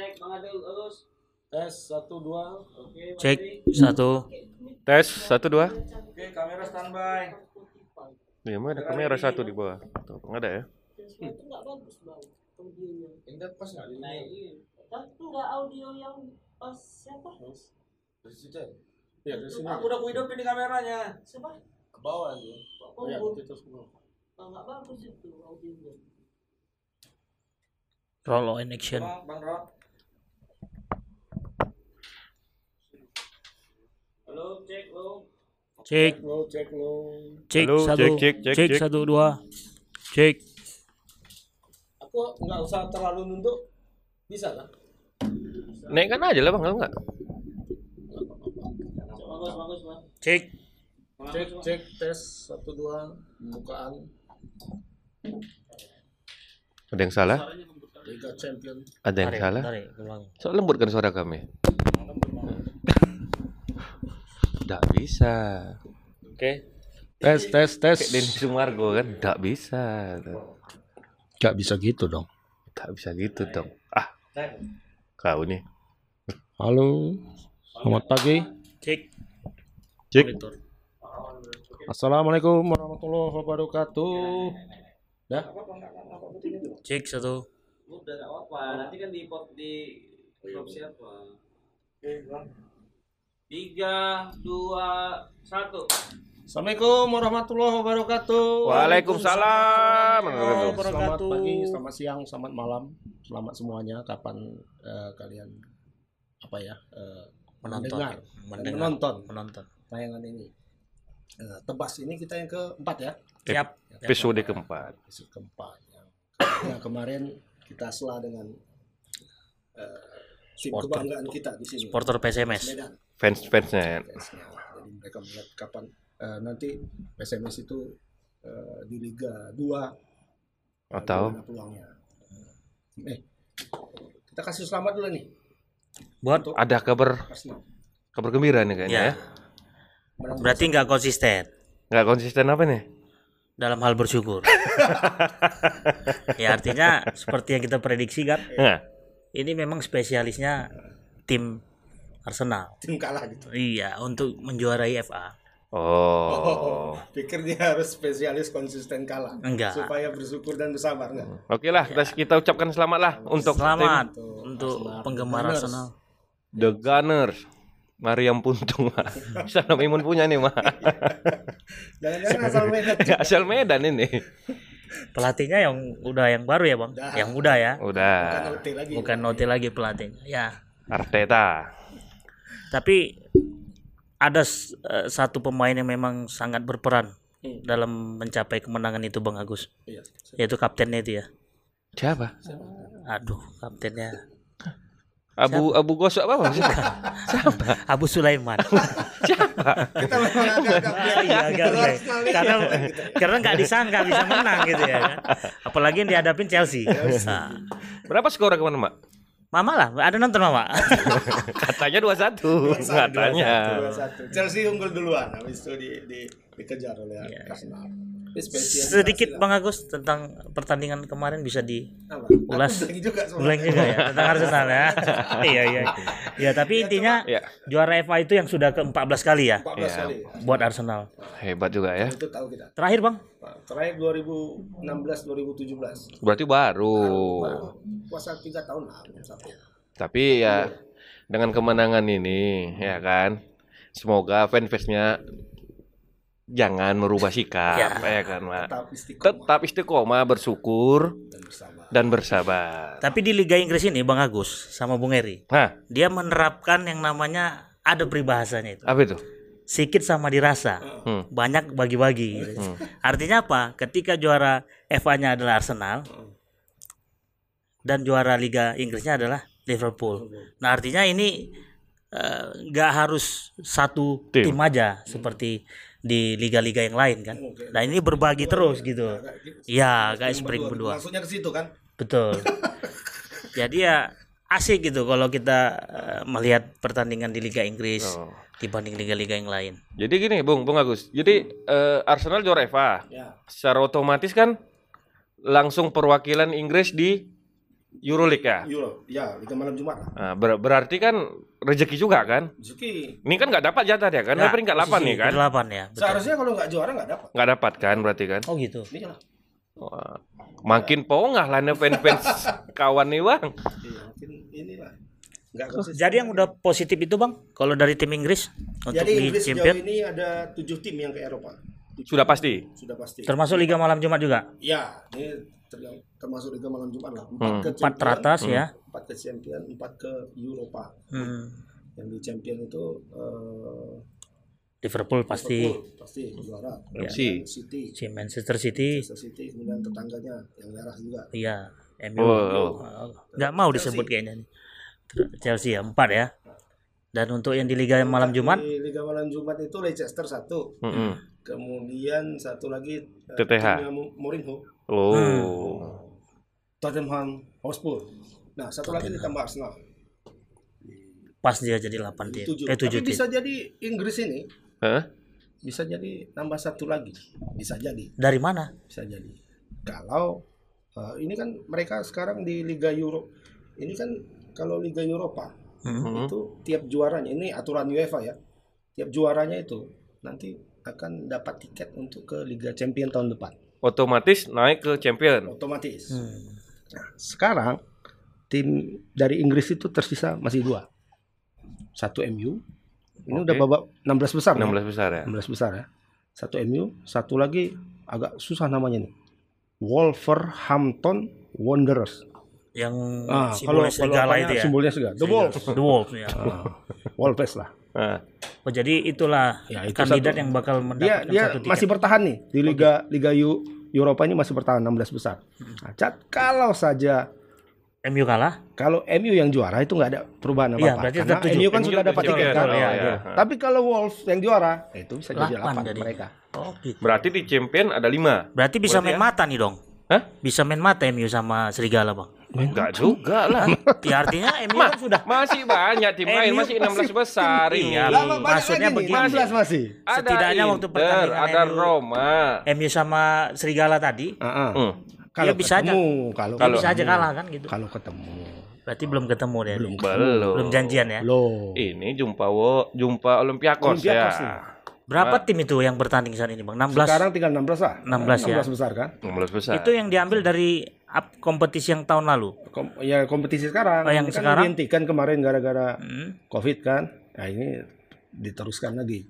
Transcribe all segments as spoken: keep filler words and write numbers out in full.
cek Bang Adul, Agus. Tes satu dua. Oke, Cek satu. Tes satu dua. Oke, kamera standby. Ya, mana ada kamera satu di bawah? Tuh, nggak ada ya? Itu nggak bagus bang, audionya. Ini pas nggak di Nah, iya. Tapi nggak audio yang pas siapa? Dari situ. Ya, dari sini. Aku udah hidupin di kameranya. Siapa? Ke bawah aja. Oh, Ya, bu- itu semua. oh, nggak bagus itu audionya. Roll in action. Bang, Bang Ron. Halo, cek lo. Cek, Lo cek lo. cek Halo, satu, cek, cek, cek, cek cek. satu dua, cek. Aku nggak usah terlalu nunduk. Bisa kan? Naikkan aja lah bang, kalau nggak? Bagus, bagus, bang. Cek. Cek cek tes satu dua pembukaan Ada yang salah? Liga Champion. Ada yang Tarik, salah? tarik, ulang. So lembut kan suara kami? Tidak bisa. Oke. Tes tes tes. Kayak Denny Sumargo kan? Tidak bisa. Gak bisa gitu dong. Tak bisa gitu dong. Ah, kau nih. Halo. Selamat pagi. Cek. Cek. Monitor. Assalamualaikum warahmatullahi wabarakatuh. Dah. Cek satu. Udah nggak apa-apa. Nanti kan di pot di klub siapa? Tiga, dua, satu. Assalamualaikum warahmatullahi wabarakatuh. Waalaikumsalam. Selamat pagi, selamat siang, selamat malam, selamat semuanya. Kapan eh, kalian apa ya eh, Menonton. mendengar, dan Mendengar. menonton Menonton. tayangan ini? Eh, tebas ini kita yang keempat ya. Siap. Episode keempat. Episode keempat. Yang, yang kemarin kita sela dengan eh, tim Supporter. kebanggaan kita di sini. Supporter P S M S. Medan. Fans-fansnya. Fansnya. Jadi mereka melihat kapan eh, nanti P S M S itu eh, di Liga dua Atau gimana peluangnya. Eh, kita kasih selamat dulu nih Buat. untuk ada kabar Arsenal. kabar gembira nih kayaknya Ya. ya. Menang Berarti nggak konsisten Nggak konsisten apa nih? dalam hal bersyukur. Ya artinya seperti yang kita prediksi kan. Nah, Ini memang spesialisnya tim Arsenal. tim kalah gitu. Iya, untuk menjuarai F A. oh. Pikir dia harus spesialis konsisten kalah. Enggak. Supaya bersyukur dan bersabar enggak? Oke lah, kita kita ucapkan selamat lah untuk Selamat tim untuk Arsenal. penggemar Gunners. Arsenal. tim The Gunners. Mariam Puntung, Mak. Bisa nama Imun punya nih, Mak. Jangan-jangan asal Medan. Asal Medan ini. Pelatihnya yang udah yang baru ya, Bang? Udah. Yang muda ya. Bukan Udah. O T lagi. Bukan Noti lagi pelatihnya. Ya. Arteta. Tapi ada s- eh, satu pemain yang memang sangat berperan Hmm. dalam mencapai kemenangan itu, Bang Agus. Iya. Yaitu kaptennya itu ya. Siapa? Aduh, kaptennya Abu Abu Gosok apa maksudnya? Abu Sulaiman. Kita memang agak-agak Iya, agak agak. Karena karena nggak disangka bisa menang gitu ya kan. Apalagi yang dihadapin Chelsea. Nah, Berapa skor kemarin, Mak? Mama lah, ada nonton Mama. Katanya dua satu. Katanya. dua satu. Chelsea unggul duluan, habis itu di, di dikejar oleh Iya. Arsenal. Ini spesial Sedikit Bang Agus tentang pertandingan kemarin bisa di Apa? ulas. Aku blank juga soalnya. Blank juga ya tentang Arsenal ya. Iya iya. Ya tapi intinya Ya, juara F A itu yang sudah ke empat belas kali ya empat belas Iya. kali. buat Arsenal. hebat juga ya. Itu tahu kita. Terakhir Bang, Terakhir dua ribu enam belas dua ribu tujuh belas. Berarti baru. Puasa tiga tahun lah. Satu. Tapi ya dengan kemenangan ini ya kan, semoga fans-fansnya jangan merubah sikap Ya. ya, kan, Mak. Tetap istiqomah Tetap istiqomah, bersyukur dan bersabar. dan bersabar. tapi di Liga Inggris ini Bang Agus sama Bung Eri, Nah, dia menerapkan yang namanya ada peribahasanya itu. apa itu? Sikit sama dirasa, Hmm. banyak bagi-bagi. gitu. Artinya apa? Ketika juara F A-nya adalah Arsenal dan juara Liga Inggrisnya adalah Liverpool. Nah, artinya ini eh, nggak harus satu Tim. tim aja seperti di liga-liga yang lain kan. Nah, ini berbagi terus gitu. Ya, kayak spring berdua. Maksudnya ke situ kan? Betul. Jadi ya asik gitu kalau kita eh, melihat pertandingan di Liga Inggris Oh. dibanding liga-liga yang lain. Jadi gini, Bung, Bung Agus. Jadi eh, Arsenal juara F A. Ya. Secara otomatis kan langsung perwakilan Inggris di Euroleague ya. Euro, ya Liga Malam Jumat lah. Nah, ber- berarti kan rezeki juga kan? Rezeki. Ini kan nggak dapat jatah dia kan? Ya, Nah, peringkat delapan nih kan? delapan ya. Betul. Seharusnya kalau nggak juara nggak dapat. Nggak dapat kan berarti kan? Oh gitu. Ini lah. Wah, makin pongah lah nih fans-fans kawan nih bang. Iya, mungkin inilah. Nggak Oh, konsisten. jadi yang udah positif itu bang, kalau dari tim Inggris untuk Jadi di Inggris champion, sejauh ini ada tujuh tim yang ke Eropa. Sudah pasti. Sudah pasti. termasuk Liga Malam Jumat juga. Ya, ini ter- termasuk Liga Malam Jumat lah. Empat Hmm. ke Empat champion, teratas ya. empat ke champion, empat ke Eropa. Hmm. Yang di champion itu eh, Liverpool pasti, Liverpool, pasti juara. Ya. M C. City, si Manchester City, Manchester City, kemudian tetangganya yang merah juga. iya, M U. Oh, oh. Nggak mau Chelsea. disebut kayaknya nih. Chelsea ya, empat ya. Dan untuk yang di Liga Malam Jumat, Di Liga Malam Jumat itu Leicester satu. Mm-mm. Kemudian satu lagi eh, T T H. timnya Mo- Mourinho, Oh. Tottenham Hotspur. Nah, satu lagi ditambah Arsenal. pas dia jadi delapan tim, Tujuh. eh tujuh Tapi tim. bisa jadi Inggris ini Hah? bisa jadi nambah satu lagi. Bisa jadi, Dari mana? bisa jadi. Kalau eh, ini kan mereka sekarang di Liga Euro. Ini kan kalau Liga Eropa Hmm. itu tiap juaranya, ini aturan UEFA ya. Tiap juaranya itu nanti akan dapat tiket untuk ke Liga Champion tahun depan. Otomatis naik ke champion. Otomatis. Hmm. Nah, sekarang tim dari Inggris itu tersisa masih dua. Satu M U. Ini Oke. udah babak enam belas besar. enam ya? belas besar ya. enam belas besar ya. Satu M U, satu lagi agak susah namanya nih. Wolverhampton Wanderers. Yang Ah, simbolnya serigala apanya, itu ya. simbolnya serigala. The Wolves. The Wolves ya. Ah, Wolves lah. Nah, Oh, jadi itulah Ya, itu kandidat satu. yang bakal Dia mendapatkan dia satu tiket. masih bertahan nih di Liga Liga Eu- Eropa ini masih bertahan enam belas besar. Nah, Cat, kalau saja M U kalah. kalau M U yang juara itu nggak ada perubahan Iya, apa-apa. berarti Karena tetap tujuh. M U kan M U sudah udah dapat tiket champion, kan. oh, ya, ya. Tapi kalau Wolves yang juara, eh, itu bisa jadi Delapan delapan jadi. mereka. Oh, gitu. berarti di champion ada lima. Berarti bisa Berarti main ya? mata nih dong. Hah? Bisa main mata M U sama serigala, Bang. Enggak juga lah. Ya artinya M U kan sudah Masih banyak tim lain, M U masih enam belas besar ini. Iya, Lah, banyak maksudnya lagi nih, begini. enam belas masih. Ada Setidaknya waktu Inter, pertandingan ada M U. Roma. M U sama serigala tadi, Heeh. Hmm. Kalau Ya, bisa aja. ketemu, kalau Kalau- bisa aja ketemu. kalah kan gitu. Kalau ketemu. Berarti belum ketemu dia. Belum. Belum. Belum janjian ya. Loh. Ini jumpa wo, jumpa Olympiakos, Olympiakos ya. nih. Berapa tim itu yang bertanding saat ini, Bang? enam belas. Sekarang tinggal enam belas lah. enam belas ya. enam belas besar kan? enam belas besar. Itu yang diambil dari up kompetisi yang tahun lalu. Kom- ya kompetisi sekarang. Oh, yang Ini kan sekarang? dihentikan kemarin gara-gara Hmm. Covid kan. Nah, ini diteruskan lagi.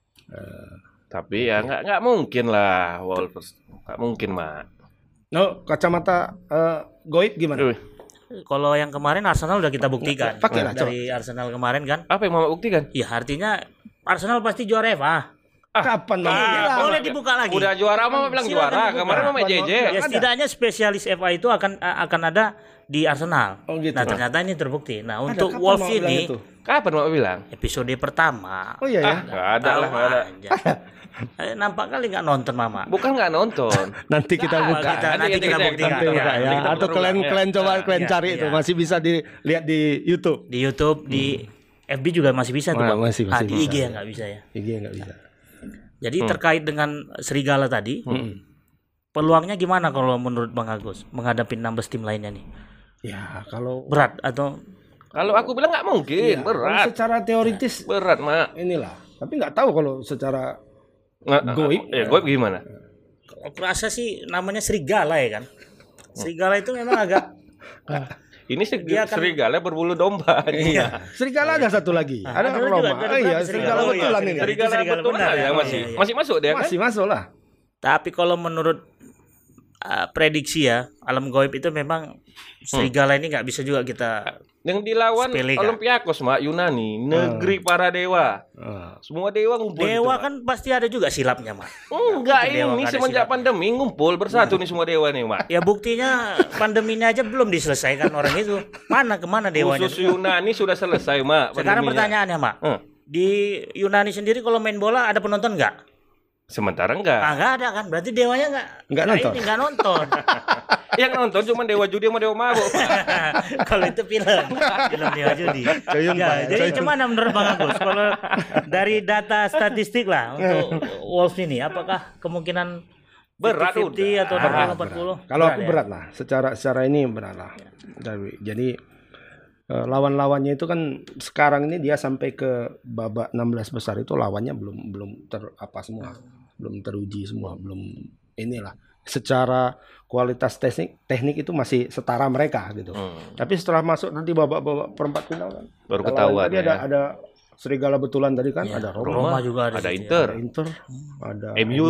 Eh, Tapi ya nggak nggak mungkin lah Wolves. Nggak mungkin, Mak. no, kacamata eh, goib gimana? Duh, Kalau yang kemarin Arsenal udah kita buktikan. Pakai lah, Dari Arsenal kemarin kan. apa yang Mama buktikan? Ya artinya Arsenal pasti juara F A. Kapan Bang? Iya, Bilang. boleh dibuka lagi. Udah juara Mama bilang Silakan juara. dibuka. Kemarin Mama J J. Ya Ada. setidaknya spesialis F A itu akan akan ada di Arsenal. Oh, gitu. Nah ternyata ini terbukti. Nah Ada, untuk kapan Wolves Mama bilang ini itu? Kapan Mama bilang? episode pertama. Oh iya ya. Ah, nggak ada lah, Tahu nggak ada. aja. Eh, nampak kali nggak nonton Mama. Bukan nggak nonton. Nanti kita Nah, buka. kita- nanti kita buktikan. Nanti buka Ya, ya. kita Atau berulang, kalian ya. kalian coba kalian Iya, cari iya. itu masih bisa dilihat di YouTube. Di YouTube, di F B juga masih bisa tuh Wah, Bang. masih- Ah, masih di bisa, I G ya. ya nggak bisa ya. I G nggak bisa. Jadi terkait dengan serigala tadi, Mm. peluangnya gimana kalau menurut Bang Agus menghadapi enam belas tim lainnya nih? Ya kalau Berat atau Kalau aku bilang nggak mungkin, Iya, kalau berat. secara teoritis Berat, Mak. inilah. Tapi nggak tahu kalau secara Nggak- Goib. Ya, goib gimana? aku rasa sih namanya serigala ya kan? Serigala itu memang agak Ini seg- Dia akan- serigala berbulu domba. iya. Serigala ada satu lagi. Nah, ada ada juga, Roma. ada Oh berapa iya, serigala? serigala Oh iya, betulan ini. serigala. Serigala Serigala betul benar ya ya? masih. Iya, iya. Masih masuk dia kan? Masih masuk lah. Tapi kalau menurut uh, prediksi ya alam goib itu memang serigala ini nggak bisa juga kita Yang dilawan Sepele, kan? Olympiakos, Mak, Yunani, negeri para dewa. Ah. Semua dewa ngumpul. dewa gitu, Mak. kan pasti ada juga silapnya Mak. Enggak, Dewa ini nggak ada semenjak silap. pandemi ngumpul bersatu nih semua dewa nih, Mak. Ya buktinya pandeminya aja belum diselesaikan orang itu. Mana kemana dewanya? Khusus Yunani sudah selesai, Mak. Sekarang pandeminya. pertanyaannya Mak, Hmm. di Yunani sendiri kalau main bola ada penonton nggak? Sementara enggak. Ah nggak ada kan? Berarti dewanya nggak Nggak nggak nonton. ini, nggak nonton. Yang nonton cuma dewa judi sama dewa mabuk. Kalau itu film, film Dewa Judi. Coyun, Ya, Pak, jadi coyun. gimana menurut Bang Agus? Kalau dari data statistik lah untuk Wolves ini, apakah kemungkinan Berat lima puluh udah. atau enam puluh empat puluh. Kalau aku berat lah, secara secara ini berat lah. Jadi, jadi eh, lawan-lawannya itu kan sekarang ini dia sampai ke babak enam belas besar itu lawannya belum belum ter apa semua, belum teruji semua, belum inilah. Secara kualitas teknik teknik itu masih setara mereka gitu. Hmm. Tapi setelah masuk nanti babak-babak perempat final kan, Baru lawan ketahuan tadi ya. ada ada Serigala betulan tadi kan, Iya, ada Roma, Roma, juga ada, Ada situ ya. Inter, ada Inter, ada M U,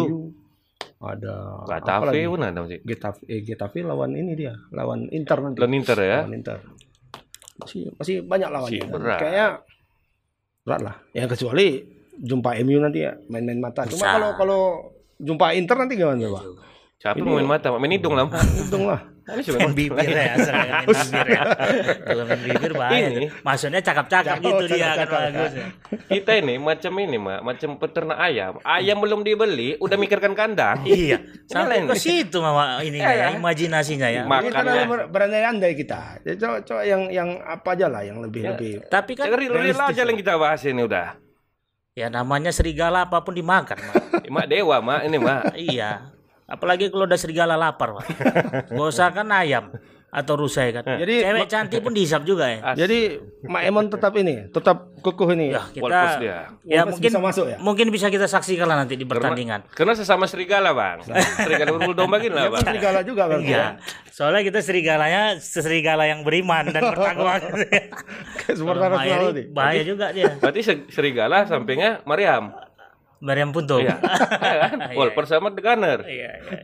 ada apa Getafe lagi? pun ada sih. Getafe, eh, Getafe lawan ini dia, lawan Inter nanti. Dan Inter ya. Lawan Inter. Masih masih banyak lawannya. Masih kan. berat. Kayaknya berat lah. Ya kecuali jumpa M U nanti ya main-main mata. Cuma Bisa. kalau kalau jumpa Inter nanti gimana Iya Pak? juga. Siapa Ini- mau main mata? Main hidung lah. Untung lah. Ini cuma Main main bibir bibir. ya, asal main bibir ya. Kalau main bibir bahaya. Ini. tuh. Maksudnya cakap-cakap Cakap, gitu dia kan cakap-cakap. bagus. ya. Kita ini macam ini, Mak, macam peternak ayam. Ayam belum dibeli, udah mikirkan kandang. Iya, sampai lain. ke situ mama ini Iya, ya, ya. imajinasinya ya. Mak- Ini kan Makannya. ber- berandai-andai kita. Ya, coba, coba yang yang apa aja lah yang lebih Ya. lebih. Tapi kan Ya, real-real aja yang kita bahas ini udah. ya namanya serigala apapun dimakan, Mak. Mak dewa, Mak, ini, Mak. Iya. Apalagi kalau udah serigala lapar, Pak. Gak usah kan ayam atau rusai kan. Jadi- Cewek cantik pun dihisap juga ya. As- Jadi Mak Emon tetap ini, tetap kukuh ini. Ya, Wallpus kita dia. ya Wallpus mungkin bisa masuk ya? mungkin bisa kita saksikan lah nanti di pertandingan. Karena sesama serigala, Bang. Serigala berbulu domba gini lah, Dia Bang. kan serigala juga kan. Iya. Soalnya kita serigalanya serigala yang beriman dan bertakwa. Supporter Kalau Arsenal Maeri tadi. bahaya juga dia. Berarti se- serigala sampingnya Mariam. Mariam Punto. Iya. Iya kan? Iya, Wallpus sama The Gunner. Iya, iya.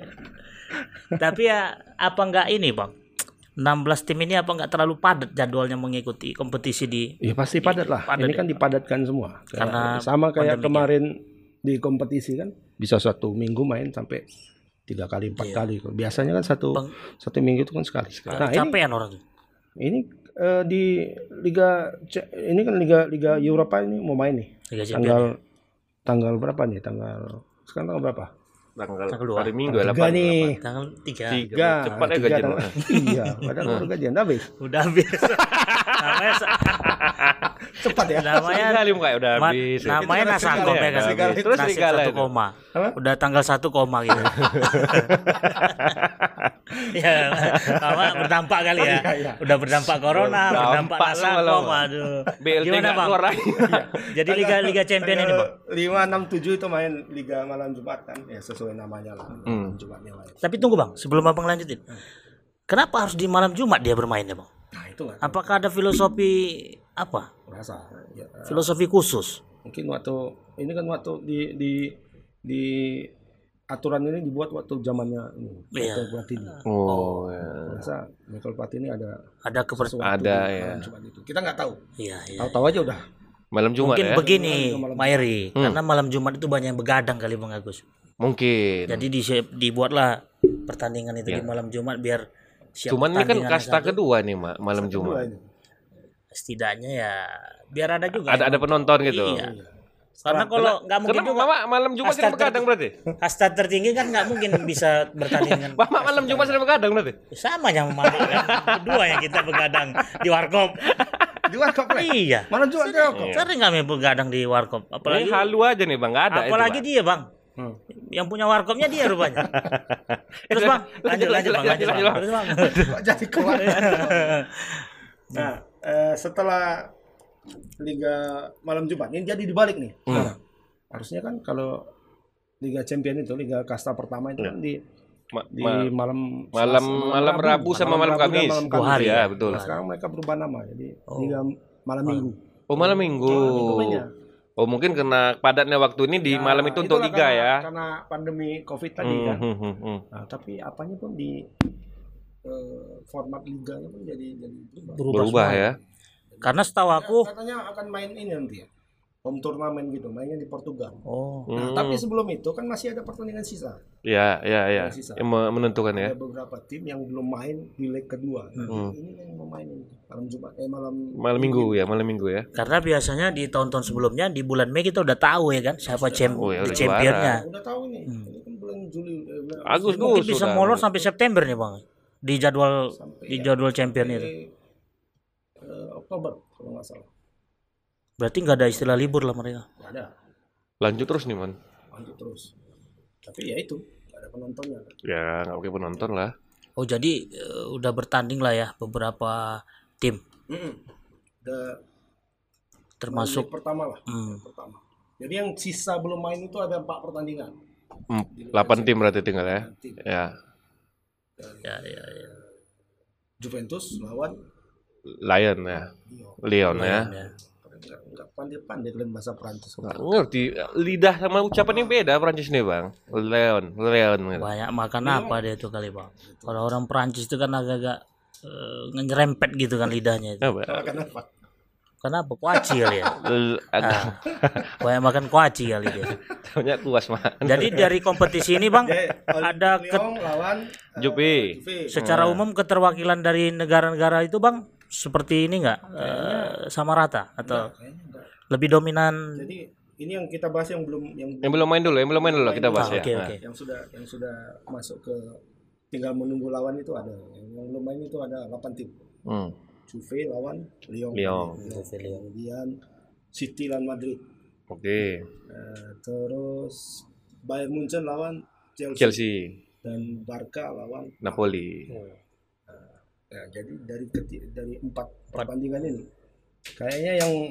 Tapi ya apa enggak ini, Bang? enam belas tim ini apa enggak terlalu padat jadwalnya mengikuti kompetisi di Ya pasti padat lah. Padat Ini ya. kan dipadatkan semua. Kayak- Karena sama kayak pandemi. kemarin di kompetisi kan bisa satu minggu main sampai tiga kali empat Iya. kali. Biasanya kan satu Bang, satu minggu itu kan sekali. Nah ini capean orang tuh. ini eh, di Liga C- ini kan Liga Liga Eropa ini mau main nih. Liga Champions. Tanggal tanggal berapa nih? Tanggal sekarang tanggal berapa? Tanggal Tanggal dua. hari Minggu ya, Tiga delapan. nih. Tanggal tiga. Tiga. Cepat ya Tiga gajian. tanggal- Iya, padahal baru gajian habis. Udah habis. namanya sa- Cepat ya. namanya Sekali muka udah ma- habis. namanya Itu kan nasakop serigala ya kan. ya, serigala. Terus Nasib serigala satu itu. koma. Apa? Udah tanggal satu koma gitu. ya, lama berdampak kali ya. Iya, iya. Udah berdampak corona, berdampak Berdampak nasakop. lama-lama. Aduh. B L T Gimana, nggak Bang? keluar lagi. Jadi Liga Liga Champion ini, Bang. lima enam tujuh itu main Liga malam Jumat kan. Ya sesuai namanya lah. Hmm. Jumat yang lain. Tapi tunggu, Bang, sebelum Abang lanjutin. Kenapa harus di malam Jumat dia bermain ya, Bang? Nah, itu kan Apakah ada filosofi apa? rasa. Ya, Filosofi khusus? mungkin waktu ini kan waktu di di di aturan ini dibuat waktu zamannya ini, Iya. Michael Platini. Oh, ya. Rasa Michael Platini ada Ada keper sesuatu Ada, di ya. malam Jumat itu. Kita nggak tahu. Iya, iya. Tahu-tahu aja udah. Malam Jumat Mungkin ya. begini, Malam- Mairi, Hmm. karena malam Jumat itu banyak yang begadang kali Bang Agus. Mungkin. Jadi di, dibuatlah pertandingan itu di Iya. malam Jumat biar siap Cuman ini kan pertandingan kasta satu. kedua nih, Mak, malam Kedua Jumat. ini. Setidaknya ya biar ada juga. Ada yang ada penonton gitu. Iya. Karena kalau nggak mungkin Kenapa juga Mama malam Jumat kasta sering begadang berarti? kasta tertinggi kan nggak mungkin bisa bertanding dengan Mama malam Jumat sering begadang berarti? sama yang mama kan. Kedua yang kita begadang di warkop. Di warkop lah. Iya. Mana Jumat di warkop? Sering kami begadang di warkop. Ini Apalagi halu aja nih Bang, nggak ada itu, apalagi Bang. dia Bang. Hmm. Yang punya warkopnya dia rupanya. Terus Bang, lanjut lanjut Bang, lanjut Bang. Terus Bang. Kok jadi keluar. Nah, eh, setelah Liga malam Jumat ini jadi dibalik nih. Hmm. Sekarang. Harusnya kan kalau Liga Champion itu Liga kasta pertama itu kan di Ma- di ma- malam malam Selasa, malam Rabu sama malam Rabu dan Kamis. malam Dua hari ya, ya? betul. Nah, sekarang mereka berubah nama jadi Oh. Liga malam Minggu. Oh, malam Minggu. Malam Minggu mainnya. Oh, mungkin karena padatnya waktu ini di Nah, malam itu untuk itulah liga karena, ya. Karena pandemi Covid tadi Hmm, kan. hmm, hmm, hmm. Nah, tapi apanya pun di eh, format liganya pun jadi jadi berubah. Berubah semua. ya. Karena setahu aku Ya, katanya akan main ini nanti ya. Home turnamen gitu, mainnya di Portugal. oh, Nah, Hmm. tapi sebelum itu kan masih ada pertandingan sisa. Ya, ya, ya. Yang sisa. Yang me- menentukan ya. Ada beberapa tim yang belum main di leg kedua. Nah, Hmm. ini yang mau main ini malam Jumat eh malam Malam Minggu ya, malam Minggu ya. karena biasanya di tahun-tahun sebelumnya di bulan Mei kita udah tahu ya kan siapa champ Oh, ya, di udah championnya. Udah tahu ini. Hmm. Ini kan bulan Juli eh, bulan Agustus. Mungkin Oh, bisa sudah. molor sampai September nih Bang. Di jadwal sampai di ya, jadwal champion itu. eh, eh, Oktober kalau nggak salah. Berarti nggak ada istilah libur lah mereka. Nggak ada. Lanjut terus nih, Man. Lanjut terus. Tapi ya itu ada penontonnya. Ya nggak pakai penonton lah. Oh jadi eh, udah bertanding lah ya beberapa tim Mm-mm. Udah termasuk. leg pertama lah. Hmm. Leg pertama. Jadi yang sisa belum main itu ada empat pertandingan. Hmm, delapan tim berarti tinggal ya. Tim. Ya. Ya, ya, ya. Juventus lawan Lion ya. Lyon. Leon ya. Ya. Enggak enggak pandai-pandai kalian bahasa Prancis. Nggak ngerti lidah sama ucapannya beda Prancis nih bang. Leon, Leon. Gitu. Banyak makan apa dia tuh kali bang. Kalau orang Perancis itu kan agak-agak eh, nyerempet gitu kan lidahnya itu. Apa? Kenapa? Kenapa? Kuaci kali ya. L- Ah, banyak makan kuaci kali dia. Tahunya kuas mah. Jadi dari kompetisi ini bang Jadi, ada ke- Lyon lawan eh, Juve. Juve. secara umum keterwakilan dari negara-negara itu bang seperti ini nggak Eh, sama rata atau Kayaknya enggak. lebih dominan? Jadi ini yang kita bahas yang belum yang Yang belum main dulu, yang belum main dulu kita bahas Ah, ya. oke, Nah. oke. yang sudah yang sudah masuk ke tinggal menunggu lawan itu ada. Yang belum main itu ada delapan tim. Hmm. Juve lawan Lyon. Lyon. Kemudian City lawan Madrid. Oke. Eh, terus Bayern Munchen lawan Chelsea. Chelsea, Dan Barca lawan. Napoli. Ya, jadi dari keti- dari empat pertandingan ini kayaknya yang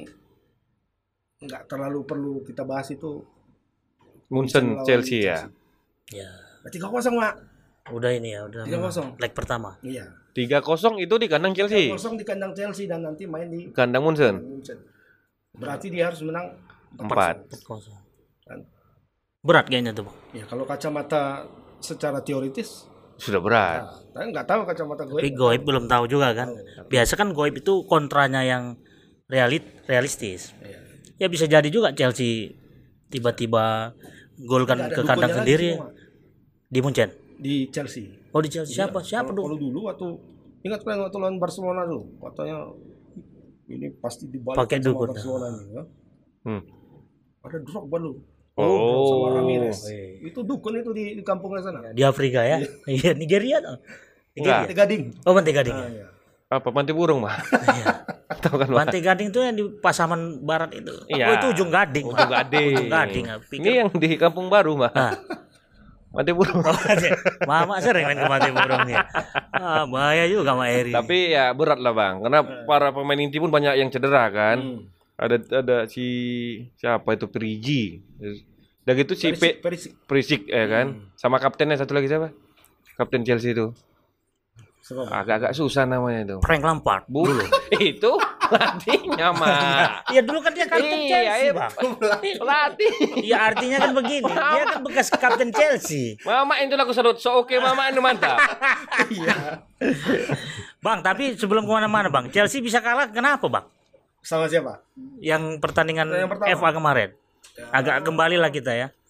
nggak terlalu perlu kita bahas itu Munchen, lawan Chelsea ya. Ya tiga kosong Mak. udah ini ya udah Tiga kosong. leg pertama. Iya. tiga kosong itu di kandang Chelsea. Kosong di kandang Chelsea dan nanti main di Kandang Munchen. Munchen. Berarti dia harus menang Empat. Kosong. Kan? Berat kayaknya tuh bang. Ya kalau kacamata secara teoritis, Sudah berat. nah, saya nggak tahu kacamata gue. Tapi goib belum tahu juga kan. Biasa kan goib itu kontranya yang realit realistis. Iya. Ya bisa jadi juga Chelsea tiba-tiba gol kan Nggak ada ke dukunnya kandang lagi sendiri semua. di Munchen. Di Chelsea. Oh di Chelsea siapa? Iya, Siapa kalau, dulu? kalau dulu waktu ingat kalian waktu lawan Barcelona dulu, katanya ini pasti dibalik Pakai sama dukun. Barcelona nih, ya. Hmm. Ada Drogba lu. Oh. Sama Ramirez. iya. Itu dukun itu di, di kampungnya sana. Di Afrika ya. Iya Nigeria tuh. Nigeria. Pantai Gading. Oh Pantai Gading. Ah, ya? iya. Apa pantai burung mah? Iya. Tahu kan mah? Pantai Gading tuh yang di Pasaman Barat itu. Iya. Oh itu ujung Gading. Ujung Gading. Ujung Gading. ah. Pikir- Ini yang di Kampung Baru mah. Ah. Pantai burung. Oh, Mama sering main ke Pantai Burung ya. Ah, bahaya juga sama Eri. Tapi ya berat lah bang, karena para pemain inti pun banyak yang cedera kan. Hmm. Ada ada si siapa itu Perigi. Dan gitu si P, Perisik, Perisik. Perisik ya kan. Sama kaptennya satu lagi siapa? Kapten Chelsea itu. Siapa? Agak-agak susah namanya itu. Frank Lampard. Bu, itu pelatihnya mah. Iya dulu kan dia kapten Iya, Chelsea, iya. Bang. Pelatih. Iya artinya kan begini, dia kan bekas kapten Chelsea. Mama itu laku sedot. So oke mama itu mantap. Iya. Bang, tapi sebelum kemana-mana Bang, Chelsea bisa kalah kenapa Bang? Sama siapa? Yang pertandingan Yang pertama. F A kemarin. Agak kembali lah kita ya.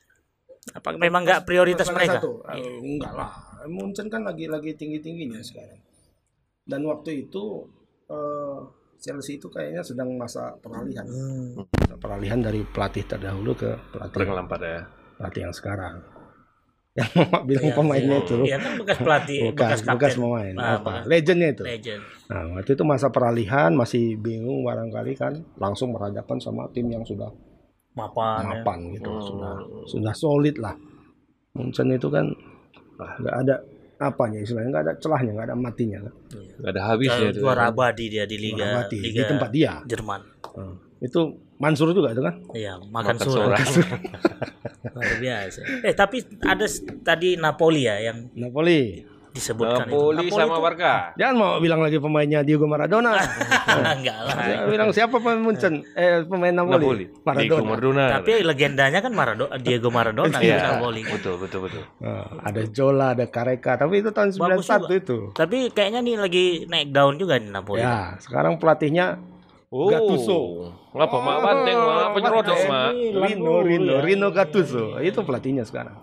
Apa memang nggak prioritas Salah mereka? satu. Eh, enggak lah. Munchen kan lagi lagi tinggi-tingginya sekarang. Dan waktu itu eh, Chelsea itu kayaknya sedang masa peralihan. Hmm. Masa peralihan dari pelatih terdahulu ke pelatih, Frank Lampard ya. pelatih yang sekarang. Yang Mama bilang Iya, pemainnya itu. Iya kan bekas pelatih, Bukan, bekas kapten. bekas pemain. Ah, apa? bekas Legendnya itu. legend. Nah, waktu itu masa peralihan masih bingung barangkali kan, langsung berhadapan sama tim yang sudah Mapan. ya. mapan gitu, Hmm. sudah sudah solid lah. Munchen itu kan ah, nggak ada apanya istilahnya, nggak ada celahnya, nggak ada matinya kan. Gak ada habisnya Juara itu. juara abadi dia di liga, Juara abadi, liga di tempat dia. Jerman. Hmm. Itu Mansur juga itu kan. Iya, makan, Makan surat. surat. Luar biasa. Eh, tapi ada s- tadi Napoli ya yang Napoli. disebutkan Napoli itu. sama itu- Barca. Jangan mau bilang lagi pemainnya Diego Maradona. Enggak lah. Dia bilang siapa pemain Munchen? Eh pemain Napoli. Napoli. Diego Maradona. Tapi legendanya kan Maradona, Diego Maradona di Iya. Napoli. Betul, betul, betul. Nah, ada Jola, ada Careca, tapi itu tahun sembilan puluh satu juga. itu. Tapi kayaknya nih lagi naik daun juga di Napoli. Ya, sekarang pelatihnya Oh. Gattuso. Ngapa mak banteng mak penyerodok mak. Rino, Rino, Rino Gattuso. Itu pelatihnya sekarang.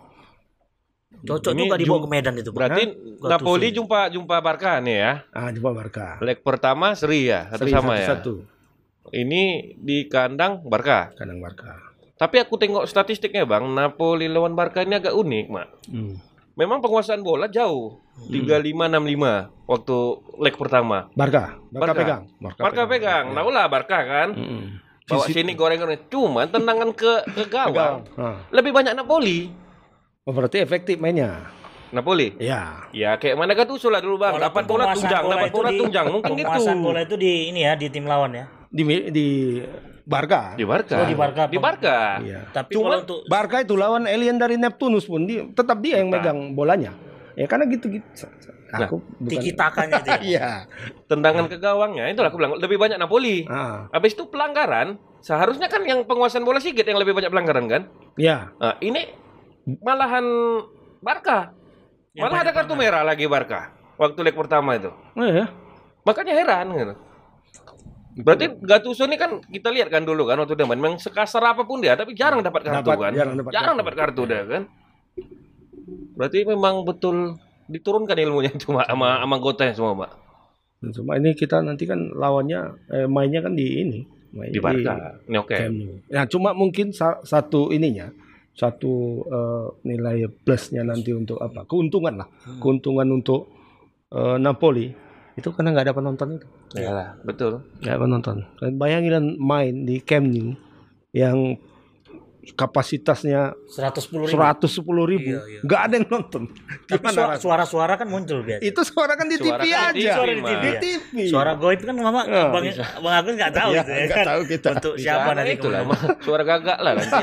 Cocok Ini juga dibawa jum- ke Medan itu. Bang. Berarti Gattuso. Napoli jumpa jumpa Barca nih ya. Ah, coba Barca. Leg pertama seri ya, satu Seri sama ya. satu-satu. Ini di kandang Barca. Kandang Barca. Tapi aku tengok statistiknya bang, Napoli lawan Barca ini agak unik mak. Hmm. Memang penguasaan bola jauh, tiga lima enam lima waktu leg pertama. Barca, Barca, Barca. pegang. Barca pegang, nah lah Barca kan. Mm-mm. Bawa Sisi- sini goreng-goreng, cuman tendangan ke ke gawang pegang. Ah. lebih banyak Napoli. Oh, berarti efektif mainnya. Napoli. Ya. Ya kayak mana Gattuso lah dulu bang. Walaupun Dapat bola penguasaan tunjang, bola dapat itu bola di- tunjang, mungkin gitu. Penguasaan bola itu di ini ya di tim lawan ya. Di di Barca. Di Barca. Oh, di Barca. Di Barca. Iya. Tapi Cuma- kalau untuk Barca itu lawan alien dari Neptunus pun dia tetap dia yang Tetap. megang bolanya. Ya karena gitu-gitu. Aku tiki bukan. takanya itu ya. Iya. Tendangan ke gawangnya itulah aku bilang lebih banyak Napoli. Ah, Habis itu pelanggaran, seharusnya kan yang penguasaan bola Sigit yang lebih banyak pelanggaran kan? ya. Nah, ini malahan Barca. Yang Malah ada banyak kartu merah lagi Barca waktu leg pertama itu. Oh, ya. Makanya heran gitu. Berarti Gattuso ini kan kita lihat kan dulu kan waktu dia main, memang sekasar apapun dia tapi jarang dapat kartu Dapat- kan. jarang dapat jarang kartu. dapat kartu dia kan. Berarti memang betul diturunkan ilmunya itu Mak, sama sama anggotanya semua, Pak. Cuma ini kita nanti kan lawannya eh, mainnya kan di ini. Main Di Barca. Ini oke. Camp Nou. Ya cuma mungkin sa- satu ininya, satu eh, nilai plusnya nanti untuk apa? Keuntungan lah, keuntungan untuk eh, Napoli itu karena nggak ada penonton itu, Iyalah, betul. nggak ada penonton. Dan bayangin main di Camp Nou yang kapasitasnya seratus sepuluh ribu. seratus sepuluh ribu, Iya, iya. nggak ada yang nonton. Tapi Gimana suara- rasanya? suara-suara kan muncul biasa. Itu suara kan di Suara T V kan di aja, Suara di T V di ya? T V. Suara goib kan mama Ya, bang bang Agus nggak tahu Iya, itu ya nggak kan. tahu kita. Untuk Di siapa sana nanti itulah, kemudian. Mak. Suara gagak lah nanti.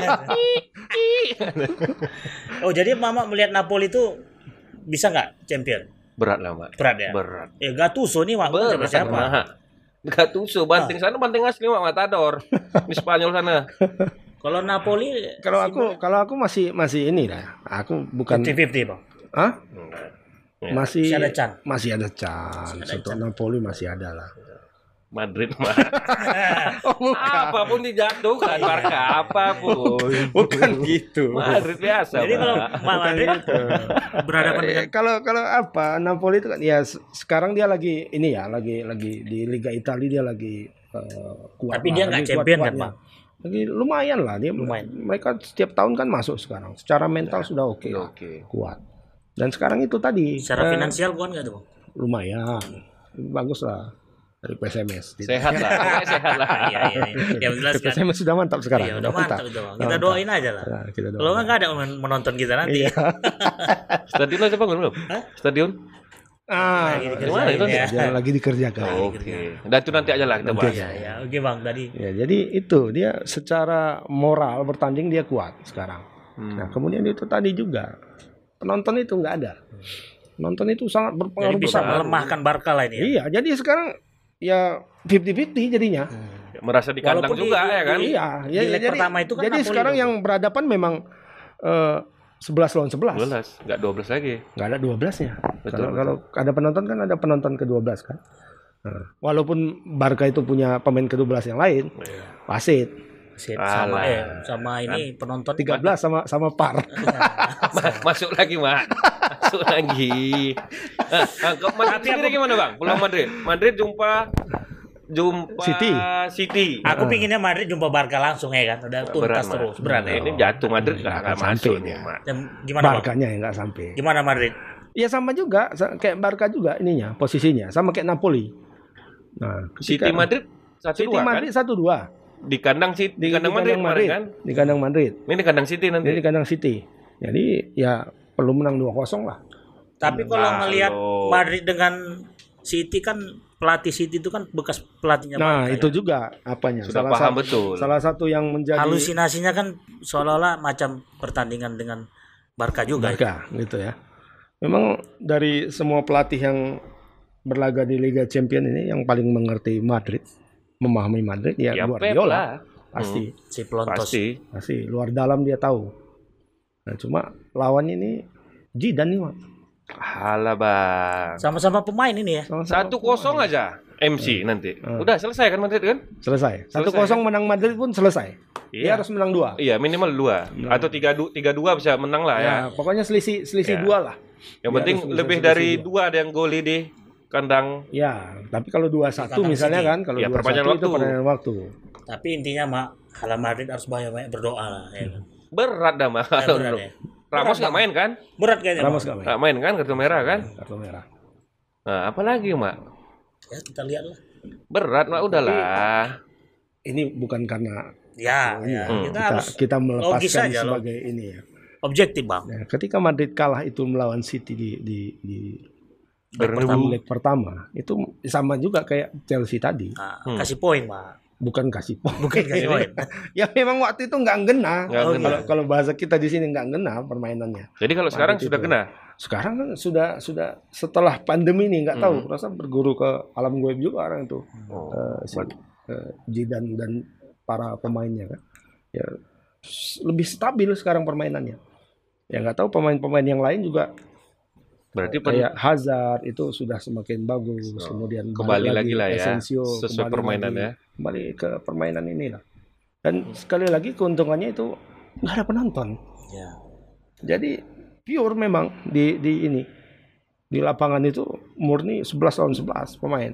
Oh jadi mama melihat Napoli itu bisa nggak champion? Berat lah, Mak. Berat ya. Berat. Ya Gattuso nih mak Berat siapa? siapa? Mak. Gattuso banting sana banting asli Mak Matador. Di Spanyol sana. Kalau Napoli Kalau aku kalau aku masih masih ini lah. Aku bukan lima puluh lima puluh bang. Hah? Ya. Masih Masih ada chance. Masih ada chance. ada Untuk Napoli masih ada lah. Madrid Mak. Oh, Apapun dijatuhkan Barca apapun. bukan gitu. Madrid biasa. Jadi kalau Mak. Mak Madrid berhadapan dengan Eh, kalau kalau apa Napoli itu kan ya se- sekarang dia lagi ini ya lagi lagi di Liga Italia dia lagi eh, kuat. Tapi lah, dia nggak lagi champion kan, kuat-kuatnya. Bang? Lagi lumayan lah dia. Lumayan. Mereka setiap tahun kan masuk sekarang. Secara mental sudah oke. lah, Oke. Kuat. Dan sekarang itu tadi secara eh, finansial kuat nggak tuh bang? lumayan. Bagus lah dari P S M S. Sehat lah, pokoknya sehat lah. Iya iya. iya. Yang jelas P S kan. M S sudah mantap sekarang. Iya udah mantap itu bang. Kita doain aja lah. Nah, kita Kalau doain. nggak nggak ada men- menonton kita nanti. Iya. Stadion aja bangun belum? Stadion? Ah, Lagi Gimana itu? dikerjain, ya. dia lagi dikerjakan. Oke. Dan itu nanti aja lah kita Nanti bahas. aja. Ya, ya, oke bang tadi. Ya, jadi itu dia secara moral bertanding dia kuat sekarang. Hmm. Nah, kemudian itu tadi juga penonton itu nggak ada. Penonton itu sangat Jadi berpengaruh bisa besar. melemahkan Barca lah ini. Ya? Iya, jadi sekarang ya lima puluh lima puluh jadinya. Merasa di kandang Walaupun juga di- ya kan? di- Iya, ya, leg jadi pertama itu kan jadi Napoli sekarang dulu. yang berhadapan memang eh, sebelas lawan sebelas. dua belas, enggak dua belas lagi. Nggak ada dua belasnya. Betul, Kalau kalau ada penonton kan ada penonton ke dua belas kan. Nah, walaupun Barca itu punya pemain ke dua belas yang lain, wasit Sip, sama Alah. eh sama ini penonton tiga belas sama sama par. Ma- Masuk lagi, Mak. Masuk lagi. Nah, nah, ke Madrid Tapi sendiri aku- gimana, Bang? Pulang Madrid. Madrid jumpa jumpa City. City. Aku pinginnya Madrid jumpa Barca langsung ya kan. Udah tuntas Mak. terus. Berat ya. Ini jatuh Madrid enggak Nggak masuk sampai nih, dia. Mak. Dan gimana bang? Barkanya yang nggak sampai. Gimana Madrid? Ya sama juga sa- kayak Barca juga ininya posisinya sama kayak Napoli. Nah, City Madrid satu City dua kan? Madrid satu dua Di kandang City, di, di, kandang di Madrid, kandang kemarin Madrid, kan? di kandang Madrid, Ini di kandang City nanti. ini di kandang City. Jadi ya perlu menang dua kosong lah. Tapi kalau Kalau- ngelihat Madrid dengan City kan pelatih City itu kan bekas pelatihnya Nah, Barca, itu ya. juga apanya? Sudah salah paham satu, betul. Salah satu yang menjadi Halusinasinya kan seolah-olah macam pertandingan dengan Barca juga. Barca gitu ya. Memang dari semua pelatih yang berlaga di Liga Champions ini yang paling mengerti Madrid, memahami Madrid ya, Ya, Pep Guardiola. lah. Pasti, Si Pelontos. Pasti. pasti luar dalam dia tahu. Nah, cuma lawannya ini Zidane nih, Mak. Halah, Bang. Sama-sama pemain ini ya. Sama-sama Satu kosong aja M C nanti. Hmm. Udah selesai kan Madrid kan? selesai. Satu Selesai, kosong menang Madrid pun selesai. Dia Iya. harus menang dua. Iya, minimal dua atau tiga du tiga dua bisa menang lah ya. Ya, pokoknya selisih selisih Ya. dua lah. Yang Dia penting harus bisa lebih selisih dari dua. dua ada yang goli di kandang. Ya, tapi kalau dua satu kandang misalnya City. kan, kalau Ya, dua perpanjangan satu itu waktu. perpanjangan waktu. Tapi intinya mak, Hala Madrid harus banyak-banyak berdoa lah. Ya. kan? Berat dah mah. Ya, berat ya. Ramos nggak main kan? Berat kayaknya. Ramos Mak. nggak main. Nggak main kan kartu merah kan? Kartu merah. Nah, apalagi mak? Ya kita lihat lah. Berat mak udahlah. Ini bukan karena Ya, ini ya. ya. Kita, kita, harus kita logis melepaskan aja loh. sebagai ini ya. objektif bang. Nah, ketika Madrid kalah itu melawan City di di di Bernabeu. leg pertama, itu sama juga kayak Chelsea tadi. Nah, Hmm. kasih poin bang. Bukan kasih poin. Bukan kasih poin. Ya memang waktu itu nggak ngena. Nggak Oh, ngena. Kalau kalau bahasa kita di sini nggak ngena permainannya. Jadi kalau sekarang Madrid sudah itu. kena. Sekarang kan sudah sudah setelah pandemi nih nggak tahu, Hmm. rasa berguru ke alam goib juga orang itu. Oh. Eh, si eh, Zidane dan para pemainnya kan. Ya s- lebih stabil sekarang permainannya. Ya nggak tahu pemain-pemain yang lain juga Berarti pen- kayak Hazard itu sudah semakin bagus. Oh, Kemudian balik kembali lagi lah ya, Asensio, sesuai kembali permainan lagi, ya. kembali ke permainan inilah. Dan sekali lagi keuntungannya itu nggak ada penonton. Ya. Jadi pure memang di di ini di lapangan itu murni sebelas lawan sebelas pemain.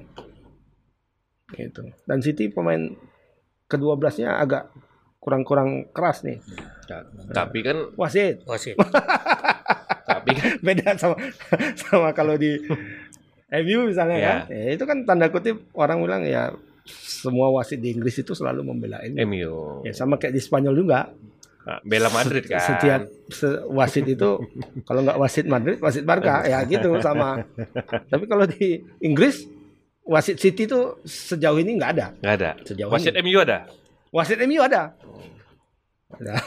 Gitu. Dan City pemain kedua belasnya agak kurang-kurang keras nih. Tapi kan Wasit Wasit. tapi kan beda sama sama kalau di M U misalnya Ya. kan. Ya, itu kan tanda kutip orang bilang ya semua wasit di Inggris itu selalu membela M U. M U. Ya sama kayak di Spanyol juga. Nah, bela Madrid kan. Setiap se- wasit itu kalau nggak wasit Madrid, wasit Barca ya gitu sama. Tapi kalau di Inggris wasit City itu sejauh ini nggak ada. Nggak ada. Sejauh Wasit ini. M U ada. Wasit M U ada. Ada.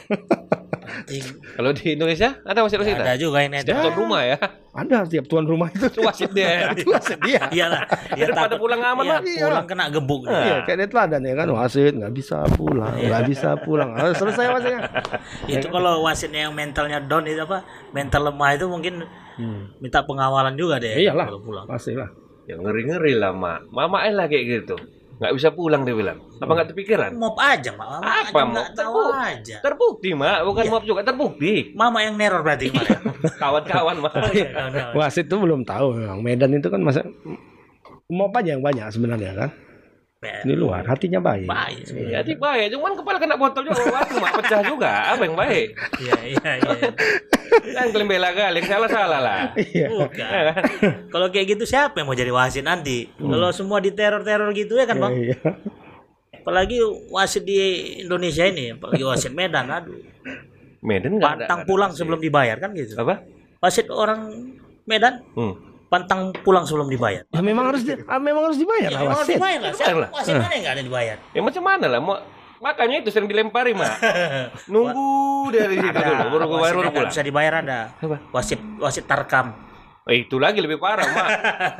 Kalau di Indonesia ada wasit-wasit Ada juga ini. Setiap tuan rumah ya. Ada setiap tuan rumah itu. Itu wasit dia. Itu wasit dia. Iyalah. Dia Daripada takut- pulang aman, iya, Mak. Iya. pulang kena gebuk. Iya, kayak dia teladan ya kan wasit nggak bisa pulang, nggak bisa pulang. Ah, selesai wasitnya. Itu kalau wasitnya yang mentalnya down itu apa? Mental lemah itu mungkin minta pengawalan juga deh. Iyalah. Kalau pulang. Pastilah. Ya ngeri-ngeri lah, Mak. Mama lah kayak gitu. Nggak bisa pulang dia bilang. Apa nggak terpikiran? Mop aja, Mak. Mama Apa, aja Mop? nggak tahu Terbuk- aja. Terbukti, Mak. Bukan Iya. mop juga, terbukti. Mama yang neror berarti, Mak. Kawan-kawan, Mak. Wasit itu belum tahu memang. Medan itu kan masa mau apa aja yang banyak sebenarnya kan. Di luar hatinya baik. Baik. Ya, sih baik. Cuman kepala kena botol juga. Waduh, Mak. Pecah juga. Apa yang baik? Iya, iya, iya. Kan kalian bela kali. Salah-salah lah. Iya. Bukan. Kalau kayak gitu siapa yang mau jadi wasit nanti? Kalau semua diteror-teror gitu ya kan, Bang? Iya. Apalagi wasit di Indonesia ini, apalagi wasit Medan, aduh. Medan nggak ada. Pantang nggak ada pulang wasit. sebelum dibayar kan gitu. Apa? Wasit orang Medan Hmm. pantang pulang sebelum dibayar. Ya memang harus di, ah, memang harus dibayar Ya, lah memang harus wasit. dibayar lah. Dibayar lah. Siapa wasit mana yang nggak ada dibayar? Ya macam mana lah. Mau makanya itu sering dilempari, Mak. Nunggu dari situ dulu. Baru baru wasit baru yang nggak pulang. bisa dibayar ada. Apa? Wasit wasit tarkam. Eh, itu lagi lebih parah, Mak.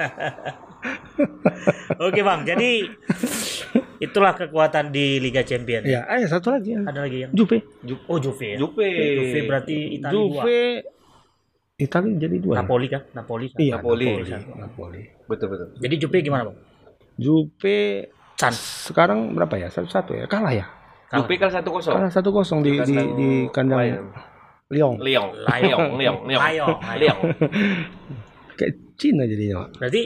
Oke Bang, jadi itulah kekuatan di Liga Champions. Ya, eh satu lagi ya. Ada lagi yang Juve. oh Juve. Ya? Juve. Juve berarti Italia dua. Juve Italia jadi dua. ya? Napoli kan? Napoli. Kan? Iya, Napoli. satu. Napoli. Betul betul. Jadi Juve gimana Bang? Juve Can. sekarang berapa ya? Satu-satu ya. Kalah ya. Kalah. Juve kan satu kosong. Kalah satu kosong di di di kandang Lyon. Lyon. Lion. Lyon. Lyon. Lyon. Lion. Lyon. Kayak Cina jadinya, Pak. Berarti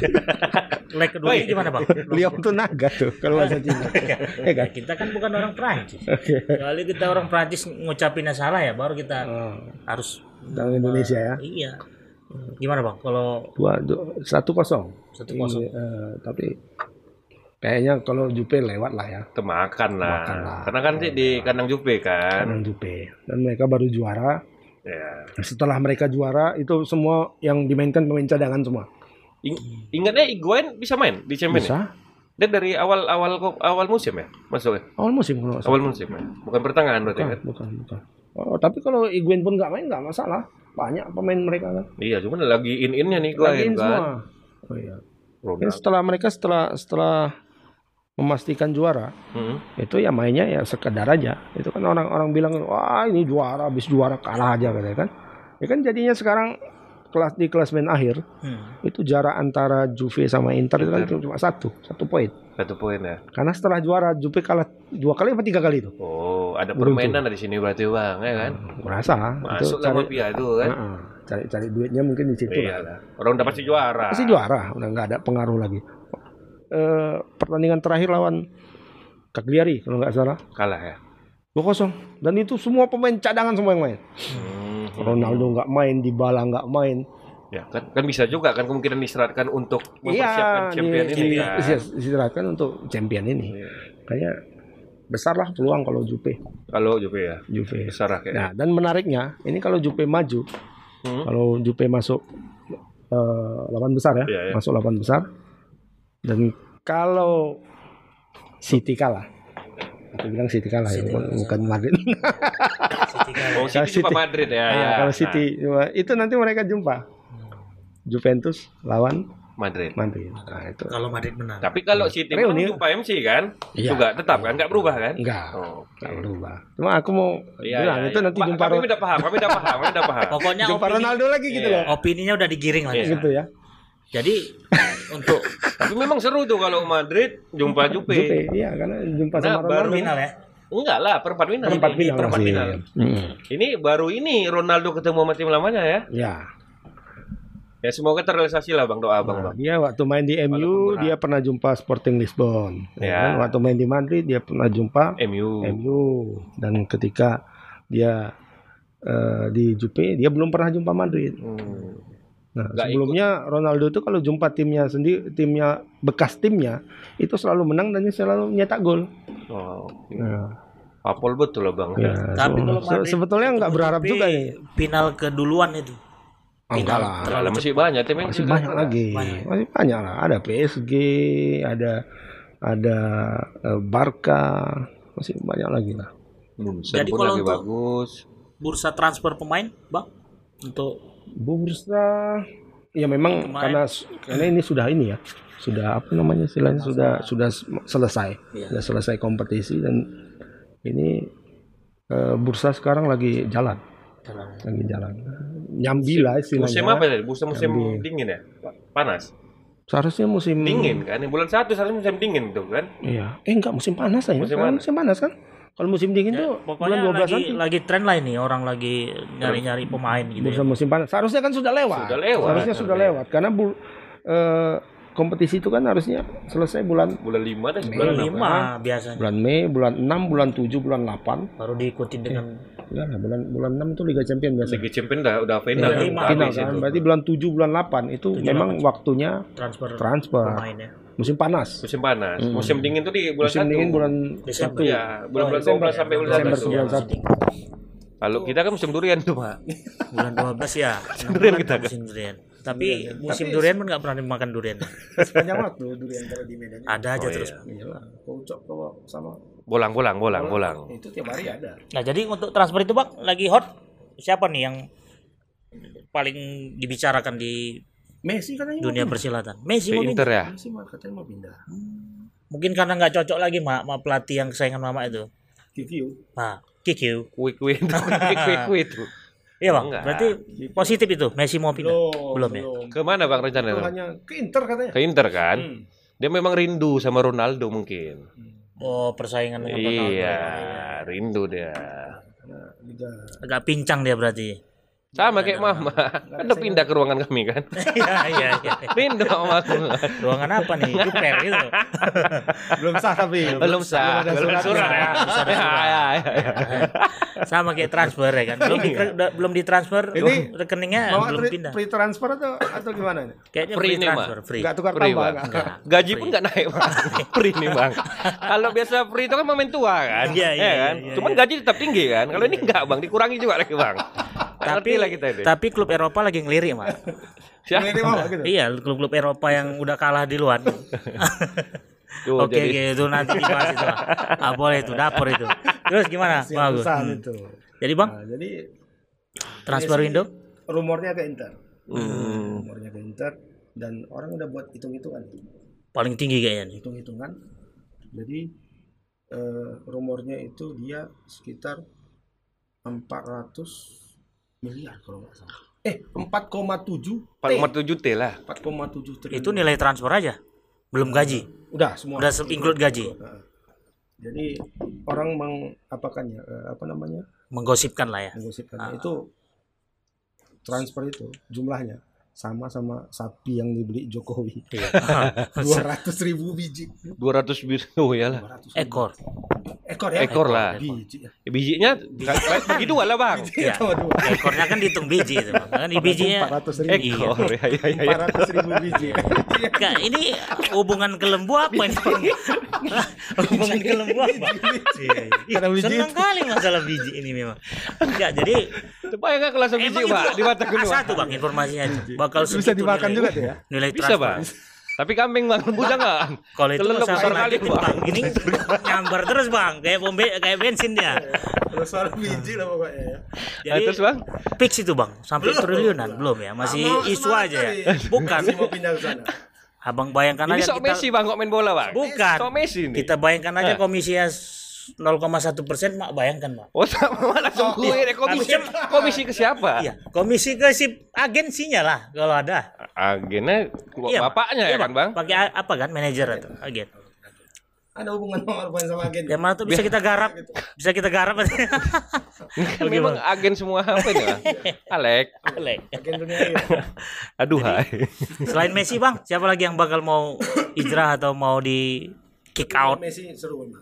leg kedua ini gimana Bang? Lyon tuh naga tuh kalau bahasa Cina. Ya Ya, kan? kita kan bukan orang Prancis. Oke. Kalau kita orang Prancis ngucapinnya salah ya, baru kita Oh, harus dan Indonesia ya. Iya. Gimana Bang? Kalau Dua, dua satu kosong. satu kosong. Ini, eh, tapi kayaknya kalau Juve lewat lah ya. Temakan lah. Makan lah. Karena kan sih di kandang Juve kan. Kandang Juve. Dan mereka baru juara. Ya. Setelah mereka juara itu semua yang dimainkan pemain cadangan semua. Ing- ingatnya Higuain bisa main di Champions. Bisa. Dia dari awal awal awal musim ya masuk ya. Awal musim kalau nggak salah. Awal musim ya. Bukan pertengahan berarti Bukan, kan. bukan, bukan. Oh, tapi kalau Higuain pun nggak main nggak masalah. Banyak pemain mereka kan. Iya, cuman lagi in-innya nih Lagiin Higuain semua. kan. Oh iya. Ronaldo. Ini setelah mereka setelah setelah memastikan juara Hmm. itu ya mainnya ya sekedar aja. Itu kan orang-orang bilang wah ini juara habis juara kalah aja katanya kan. Ya kan jadinya sekarang kelas di klasemen akhir Hmm. itu jarak antara Juve sama Inter itu kan cuma satu satu poin. Satu poin ya. Karena setelah juara Juve kalah dua kali apa tiga kali itu. Oh, ada Beruntung. permainan di sini berarti Bang, ya kan? Merasa Masuk lah mafia itu kan. Heeh. cari cari duitnya mungkin di situ Iya lah. lah. Orang udah pasti juara. Pasti juara, udah nggak ada pengaruh lagi. Eh, pertandingan terakhir lawan Cagliari kalau nggak salah Kalah ya. dua kosong dan itu semua pemain cadangan semua yang main. Hmm. Ronaldo nggak main, Dybala nggak main. Ya kan, kan bisa juga kan kemungkinan diistirahatkan untuk Iya, mempersiapkan champion di- ini di- kan. di- diistirahatkan untuk champion ini. Iya. Kayak besar lah peluang kalau Juve. Kalau Juve ya. Juve. Besar lah kayaknya. Nah, dan menariknya, ini kalau Juve maju, Hmm. kalau Juve masuk uh, delapan besar ya, Iya, iya. masuk delapan besar. Dan kalau City kalah, aku bilang City kalah City ya, kalah. bukan Madrid. City kalah. Oh, City City. jumpa Madrid ya. Nah, ya. kalau Nah, City itu nanti mereka jumpa Juventus lawan Madrid. Madrid. Nah, itu Kalau Madrid menang. Tapi kalau City Reuni. menang jumpa M C kan? Iya. Juga tetap kan? Nggak berubah kan? enggak, Oh, enggak berubah. Cuma aku mau Iya, bilang iya, itu iya. nanti Pak, jumpa kami Ro- udah paham, kami udah paham, kami udah paham. Pokoknya jumpa opini, Ronaldo lagi gitu Iya. loh. opininya udah digiring lah. Iya. Gitu ya. Jadi untuk Tapi memang seru tuh kalau Madrid jumpa Juve. Juve, iya karena jumpa Nah, sama baru Ronaldo. final ya. Enggak lah, perempat final. Perempat Ini final perempat masih. final. Hmm. Ini baru ini Ronaldo ketemu sama tim lamanya ya. Ya. Ya semoga terrealisasi lah Bang, doa Bang, Nah, Bang. dia waktu main di M U Walaupun berat. dia pernah jumpa Sporting Lisbon. Ya. Ya. kan? Waktu main di Madrid dia pernah jumpa M U. M U dan ketika dia eh, di Juve dia belum pernah jumpa Madrid. Hmm. Nah, Nggak sebelumnya Ronaldo itu kalau jumpa timnya sendiri, timnya bekas timnya itu selalu menang dan selalu nyetak gol. Oh. Nah, Apol betul lah Bang. ya, Tapi so- kalau so- Madrid sebetulnya nggak ketemu berharap Juve, juga nih. final keduluan itu. Oh, enggak lah. Enggak lah, masih banyak tim yang Masih juga- banyak lagi, Banyak. masih banyak lah. Ada P S G, ada ada eh, Barca, masih banyak lagi lah. Munchen Jadi pun kalau lagi untuk- bagus. Bursa transfer pemain, Bang, untuk Bursa, ya memang Pemain. karena karena ini sudah ini ya, sudah apa namanya istilahnya sudah sudah selesai, Iya. sudah selesai kompetisi dan ini eh, bursa sekarang lagi jalan, lagi jalan. Nyambi lah istilahnya. Musim apa ya? Musim musim Ambil. dingin ya? Panas. Seharusnya musim Dingin kan? Bulan satu seharusnya musim dingin tuh kan? Iya. Eh enggak musim panas aja. Musim Sekarang panas. musim panas kan? Kalau musim dingin ya, tuh bulan pokoknya dua belas lagi nanti. lagi tren lah ini, orang lagi nyari-nyari pemain gitu. Bursa Ya. musim panas. Seharusnya kan sudah lewat. Sudah lewat. Seharusnya sudah lewat karena bu, eh, kompetisi itu kan harusnya selesai bulan Bulan lima deh, Mei. bulan Bulan lima. lima biasanya. bulan Mei, bulan enam, bulan tujuh, bulan delapan. Baru diikuti dengan Ya, lah, bulan bulan enam itu Liga Champions biasa. Liga Champions udah udah final. Iya, Bulan kan? lima. Udah final habis kan. itu. Berarti bulan tujuh, bulan delapan itu Tujuh, memang delapan. waktunya transfer transfer. pemainnya. Musim panas. Musim panas. Hmm. Musim dingin tuh di bulan Musim satu. dingin bulan Desember. satu. Iya, bulan-bulan dua belas sampai bulan Desember satu. ke bulan satu. Kalau kita kan musim durian tuh, Pak. Bulan dua belas ya. enam Durian bulan kita kan. musim durian. Tapi musim Tapi- durian pun nggak pernah dimakan durian. Sepanjang waktu durian kalau di Medan. Ada aja Oh, terus. iya. Iyalah, kocok kalau sama Bolang, bolang, bolang, bolang. itu tiap hari ada. Nah, jadi untuk transfer itu, Bang, lagi hot siapa nih yang paling dibicarakan di Messi katanya dunia mau persilatan? Messi Ke mau Inter pindah. ya? pindah. Messi mah katanya mau pindah. Mungkin karena nggak cocok lagi mak, sama pelatih yang kesayangan mama itu. Kikyu. Nah, Kikyu. Kue kue itu, kue kue itu. Iya, Bang. Enggak. Berarti positif itu Messi mau pindah. Belum ya? Kemana Bang Itu rencananya? hanya ke Inter katanya. Ke Inter kan? Hmm. Dia memang rindu sama Ronaldo mungkin. Oh, persaingan dengan Ronaldo. Iya, rindu dia. Nah, Liga Agak pincang dia berarti. Sama kayak Mama. Kan udah pindah ke ruangan kami kan. Iya, iya, iya. Rindu sama aku. Ruangan apa nih? Juper gitu. belum sah tapi Belum sah, ada belum suratnya. surat ya. Harus ada Ya, surat. ya, ya, ya. Sama kayak transfer ya kan. Belum di, udah- belum ditransfer Ini rekeningnya Mau belum free, pindah. free transfer atau atau gimana nih? Kayaknya Free free, nih, transfer, free. Enggak tukar Free, tambah Bang. enggak? Enggak. Gaji Free. pun nggak naik Bang. Free nih Bang. Kalau biasa free itu kan momen tua kan. Iya, iya, Ya kan? iya, Cuman iya. gaji tetap tinggi kan. Kalau ini enggak Bang, dikurangi juga lagi Bang. Tapi Ngerti lah kita ini. tapi klub Eropa lagi ngelirik, Mas. Siapa? Ini mau gitu. Iya, klub-klub Eropa yang udah kalah di luar. Tuh, Oke, jadi- oke, itu nanti dibahas itu. Mas. Ah, boleh itu dapur itu. Terus gimana, Siap Bagus. pesan Hmm. itu. Jadi, Bang, Nah, jadi transfer Messi window rumornya ke Inter. Hmm. Rumornya ke Inter dan orang udah buat hitung-hitungan. paling tinggi kayaknya nih. Hitung-hitungan. Jadi eh, rumornya itu dia sekitar empat ratus miliar kalau nggak salah. Eh, empat koma tujuh T. empat koma tujuh T lah. empat koma tujuh triliun. Itu nilai transfer aja. Belum gaji. Udah semua. Udah se- include gaji. Nah, jadi orang mengapakannya eh, apa namanya? Menggosipkan lah ya. Menggosipkannya Ah. itu transfer itu jumlahnya sama sama sapi yang dibeli Jokowi. Iya. dua ratus ribu biji. dua ratus bis. Oh ya lah. dua ratus ribu. Ekor. Ekor ya? Ekor lah. Biji. ya. Bijinya bagi dua lah Bang. Iya. Sama dua. Ekornya kan dihitung biji itu, Bang. Kan di bijinya empat ratus ribu. Ekor. Ya, ya, ya, ya. empat ratus ribu biji. Enggak, ini hubungan ke lembu apa ini? Hubungan ke lembu apa? Iya, iya. Ih, senang kali masalah biji ini memang. Enggak, jadi Supaya nggak kelas biji, emang Pak, itu di mata A kedua. satu Bang informasinya. Bakal Bisa segitu dimakan nilai- juga tuh ya? Nilai Bisa, transfer. Bang. Tapi kambing, Bang, lembu jangan. Kalau itu Telur nggak usah besar kali, lanjutin, Bang. Bang. Gini nyambar terus Bang, kayak pom be- kayak bensin dia. Terus soal biji lah pokoknya ya. Nah, Jadi terus, Bang? fix itu Bang, sampai triliunan belum ya, masih isu aja ya. Bukan, Masih mau pindah ke sana. Abang bayangkan Ini aja sok kita Messi, Bang, kok main bola, Bang. bukan. Sok Messi nih. Kita bayangkan aja Eh. komisinya nol koma satu persen, mak bayangkan Mak. Oh, sama langsung gue deh. Komisi, komisi ke siapa? Iya, komisi ke si agensinya lah kalau ada. Agennya Iya, Mak. bapaknya ya Iya, kan, Mak. Bang? Pakai a- apa kan manajer atau agen. Ada hubungan sama sama agen. Yang mana tuh bisa kita garap, bisa kita garap. Kan memang agen semua apa ini, Bang? Alek. Alek. Agen dunia ini. Aduh, hai. Selain Messi Bang, siapa lagi yang bakal mau hijrah atau mau di kick out? Messi seru memang.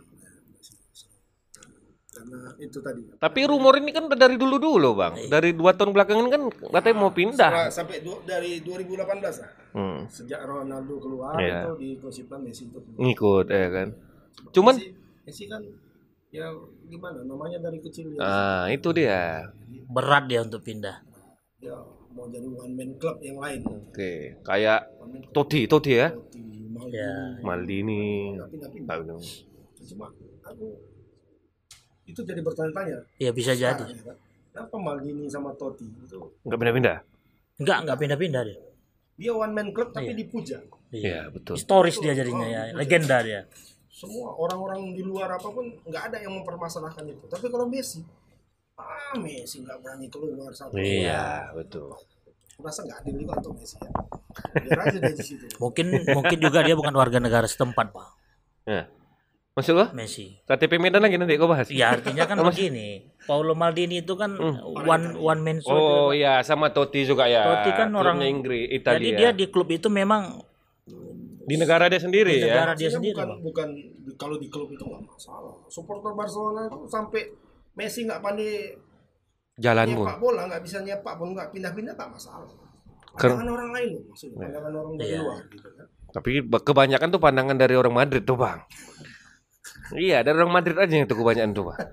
Karena itu tadi. Tapi rumor ini kan udah dari dulu-dulu, Bang. Dari dua tahun belakangan kan katanya mau pindah. Setelah- sampai du- dari dua ribu delapan belas lah. Hmm. Sejak Ronaldo keluar Iya. itu digosipkan Messi itu. Ngikut, ya kan. Cuman, Messi, Messi kan ya gimana namanya dari kecil ya. ah itu dia. Berat dia untuk pindah. Ya mau jadi one man club yang lain. Oke, kayak One man club. Toti, Toti ya. Totti, Maldini. Ya. Maldini. Nggak pindah-pindah. Tahu. Cuma aku itu jadi bertanya-tanya. Ya bisa jadi. Sekarang, ya kan? Kenapa Maldini sama Totti itu Enggak pindah-pindah. Enggak, enggak pindah-pindah dia. dia one man club tapi Iya. dipuja. Iya, betul. Historis dia jadinya ya, legenda dia. Semua orang-orang di luar apapun nggak ada yang mempermasalahkan itu. Tapi kalau Messi, ah Messi nggak berani keluar satu. Iya, betul. Merasa nggak adil juga untuk Messi ya. Biar aja dari situ. Mungkin mungkin juga dia bukan warga negara setempat, Bang. Ya. Maksud lo? Messi. K T P Medan lagi nanti kau bahas. Ya artinya kan begini, Paulo Maldini itu kan one one man show. Oh itu, iya, sama Totti juga ya. Totti kan orang Klubnya Inggris, Jadi Italia. dia di klub itu memang di negara dia sendiri di ya. negara dia Maksudnya sendiri. bukan Bang. bukan di- kalau di klub itu nggak masalah. Supporter Barcelona itu sampai Messi nggak pandai Jalan pun. nyepak bola, nggak bisa nyepak pun nggak pindah-pindah nggak masalah. Ker- Pandangan orang lain loh, maksudnya pandangan orang dari Iya. luar gitu kan. Tapi ba- kebanyakan tuh pandangan dari orang Madrid tuh, Bang. Iya, dari orang Madrid aja yang tuh kebanyakan tuh, Pak.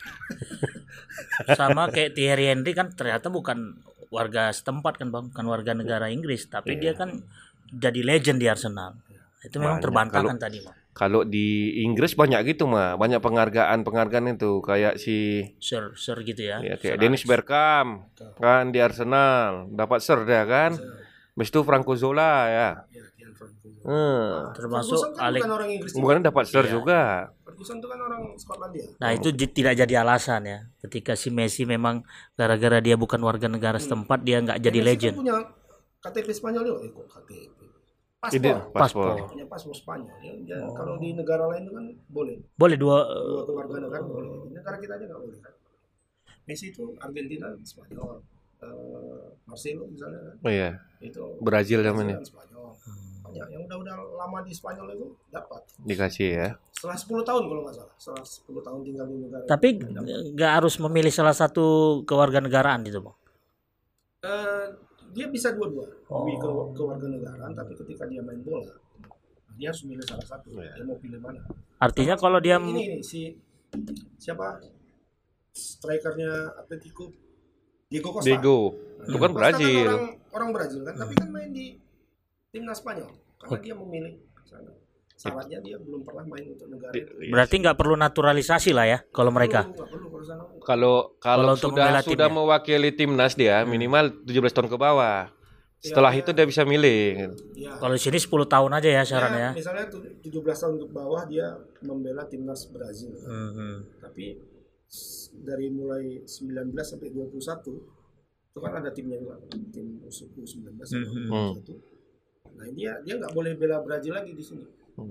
Sama kayak Thierry Henry kan ternyata bukan warga setempat kan Bang, bukan warga negara Inggris, tapi dia kan jadi legend di Arsenal. Itu memang Banyak. terbantahkan Kalau- tadi, Bang. Kalau di Inggris banyak gitu mah, banyak penghargaan-penghargaan itu kayak si Sir, Sir gitu ya. ya, kayak Sir Dennis Alex. Bergkamp kan di Arsenal, dapat Sir dia kan. Habis itu Franco Zola ya. Ya, Kian Franco. Hmm. Termasuk Ferguson kan Alex. bukan orang Inggris. Bukan dapat Sir Iya. juga. Ferguson itu kan orang Skotlandia. Nah, itu j- tidak jadi alasan ya. Ketika si Messi memang gara-gara dia bukan warga negara setempat dia nggak jadi Messi legend. Kan punya K T P Spanyol juga, eh kok K T P. Ide Paspor. paspor. Paspor. Punya paspor Spanyol. Ya, ya, kalau di negara lain itu kan boleh. Boleh dua Dua kewarganegaraan boleh. Di negara kita aja nggak boleh kan. Messi itu Argentina, Spanyol. Eh, Marcelo misalnya kan. Oh iya, Itu Brazil namanya dan Spanyol. Banyak yang udah-udah lama di Spanyol itu dapat. dikasih ya. Setelah sepuluh tahun kalau nggak salah. Setelah sepuluh tahun tinggal di negara. tapi itu, dapat. nggak harus memilih salah satu kewarganegaraan gitu, Bang. Eh, dia bisa dua-dua. Oh. Lebih ke kewarganegaraan, tapi ketika dia main bola, dia harus milih salah satu. Iya. Dia mau pilih mana? Artinya kalau dia Ini, ini si siapa strikernya Atletico, Diego Costa. Diego, itu kan Costa Brazil. orang, orang Brazil kan, tapi kan main di timnas Spanyol karena dia memilih sana. Syaratnya dia belum pernah main untuk negara itu. berarti nggak perlu naturalisasi lah ya kalau mereka. Perlu, nggak perlu kalau sana. Kalau Kalau kalau untuk sudah membela sudah timnya. mewakili timnas dia minimal tujuh belas tahun ke bawah. Setelah Iya, itu iya. dia bisa milih. Ya, Kalau di sini sepuluh tahun aja ya syaratnya ya. misalnya tu- tujuh belas tahun ke bawah dia membela timnas Brazil. Mhm. Tapi s- dari mulai sembilan belas sampai dua puluh satu itu kan ada timnya juga, tim U sembilan belas sampai Hmm. dua puluh satu. Nah dia dia nggak boleh bela Brazil lagi di sini. Hmm.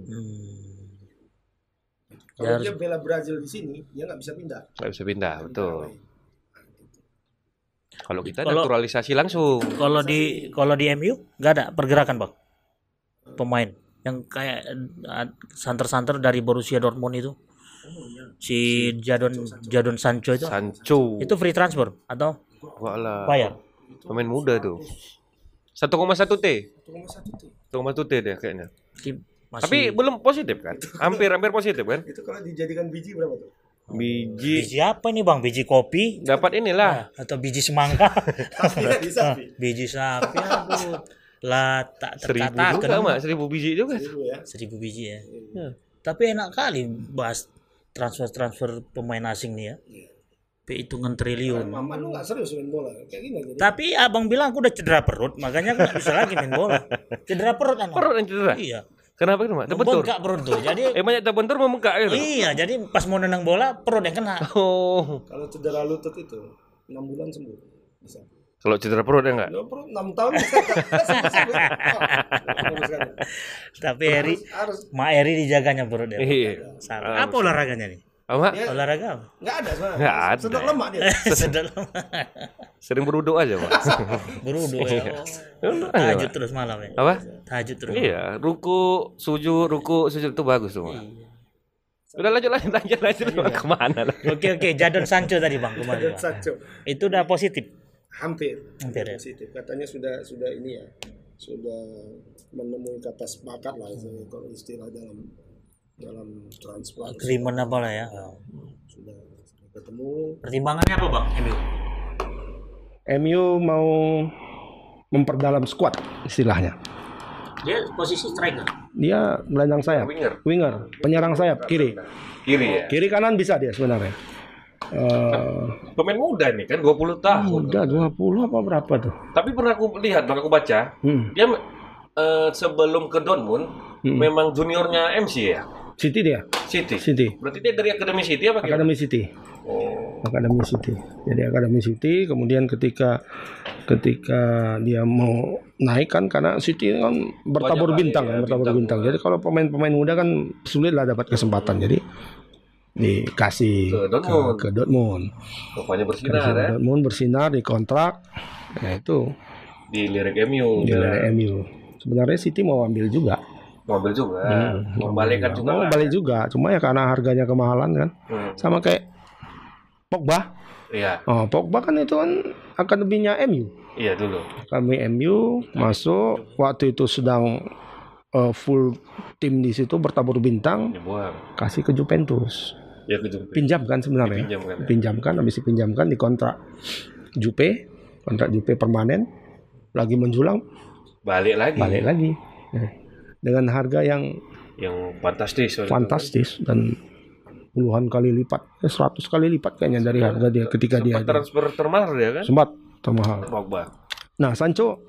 Kalau Ya, dia bela Brazil di sini dia nggak bisa pindah. Nggak bisa pindah, ke negara betul. lain. Kalau kita Kalau- naturalisasi langsung. Kalau di kalau di M U nggak ada pergerakan, Bang. Pemain yang kayak eh, santer-santer dari Borussia Dortmund itu, Oh, iya. si Jadon Jadon Sancho itu, Sancho. itu free transfer atau Walah. bayar? Itu Pemain muda tuh. satu koma satu T. satu koma satu T. Thomas Tuchel dia kayaknya. Masih Tapi belum positif kan? Hampir-hampir positif kan? Itu kalau dijadikan biji berapa tuh? Biji biji apa ini Bang? Biji kopi? dapat inilah. Atau biji semangka? Tidak bisa. Biji sapi aduh. Lah tak Seribu terkatakan. juga mak, seribu biji juga. ya. Seribu biji ya. Tapi enak kali bahas transfer-transfer pemain asing nih ya. Hitungan triliun. Mama lu nggak serius main bola kayak gini jadi. Tapi abang bilang aku udah cedera perut, makanya aku nggak bisa lagi main bola. Cedera perut anak. Perut yang cedera. Iya. Kenapa itu mak? Terbentur. Membengkak perut tuh. Jadi Eh banyak terbentur membengkak gitu. iya, jadi pas mau nendang bola perut yang kena. Oh. Kalau cedera lutut itu enam bulan sembuh bisa. Kalau cedera perut ya enggak? Ya perut enam tahun bisa. Sembuh-sembuh. Oh, Tapi Eri, harus Ma Eri dijaganya perutnya. Iya. Salah. Apa olahraganya nih? Apa? Ya. Olahraga apa? nggak ada sebenarnya. Nggak ada. Sedot lemak dia. Sedot Sering beruduk aja, Pak. berudu ya. Berudu aja, Tahajud Pak. terus malam ya. Apa? Tahajud terus. Iya, ruku, sujud, ruku, sujud itu bagus tuh, Mak. Udah lanjut lanjut lanjut lanjut kemana lah? Oke oke, Jadon Sancho tadi Bang kemarin. Bang. Sancho. Itu udah positif. Hampir. Hampir ya. Positif. Katanya sudah sudah ini ya. Sudah menemui kata sepakat lah itu kalau istilah dalam dalam transfer. Agreement apa lah ya. Sudah ketemu. Pertimbangannya apa Bang? M U. M U mau memperdalam squad istilahnya. Dia posisi striker. Dia gelandang sayap, Winger. winger, penyerang sayap kiri, Kiri ya. kiri kanan bisa dia sebenarnya. Eh, Pemain muda nih kan dua puluh tahun. udah dua puluh apa berapa tuh? Tapi pernah aku lihat, pernah aku baca, Hmm. dia eh, sebelum ke Dortmund Hmm. memang juniornya M C ya. City dia, City. City, Berarti dia dari Akademi City apa gimana? Akademi City, Oh. Akademi City. Jadi Akademi City, kemudian ketika ketika dia mau naik kan karena City kan bertabur Banyak bintang, kali kan, ya, bertabur bintang. bintang. Jadi kalau pemain-pemain muda kan sulit lah dapat kesempatan. Jadi dikasih Ke Dortmund. ke, ke Dortmund. Rupanya bersinar Bersinar, ya. Dortmund bersinar di kontrak. Nah itu Di lirik M U. di ya. M U. Sebenarnya City mau ambil juga. Mobil juga. Hmm, Membalikkan juga. Mau lah. balik juga. Cuma ya karena harganya kemahalan kan. Hmm. Sama kayak Pogba. Iya, Oh, Pogba kan itu kan akademinya M U. iya dulu. Kami M U masuk waktu itu sedang uh, full tim di situ bertabur bintang, Dibuang. kasih ke Juventus. Ya ke Juve. Pinjamkan sebenarnya. Dipinjamkan, ya. Pinjamkan habis dipinjamkan di kontrak Juve, kontrak Juve permanen, lagi menjulang, Balik lagi. balik lagi. Nah, dengan harga yang Yang fantastis. waktu itu. fantastis dan puluhan kali lipat, eh, seratus kali lipat kayaknya dari harga dia ketika dia Sempat transfer termahal dia kan? sempat termahal. Pogba. Nah, Sancho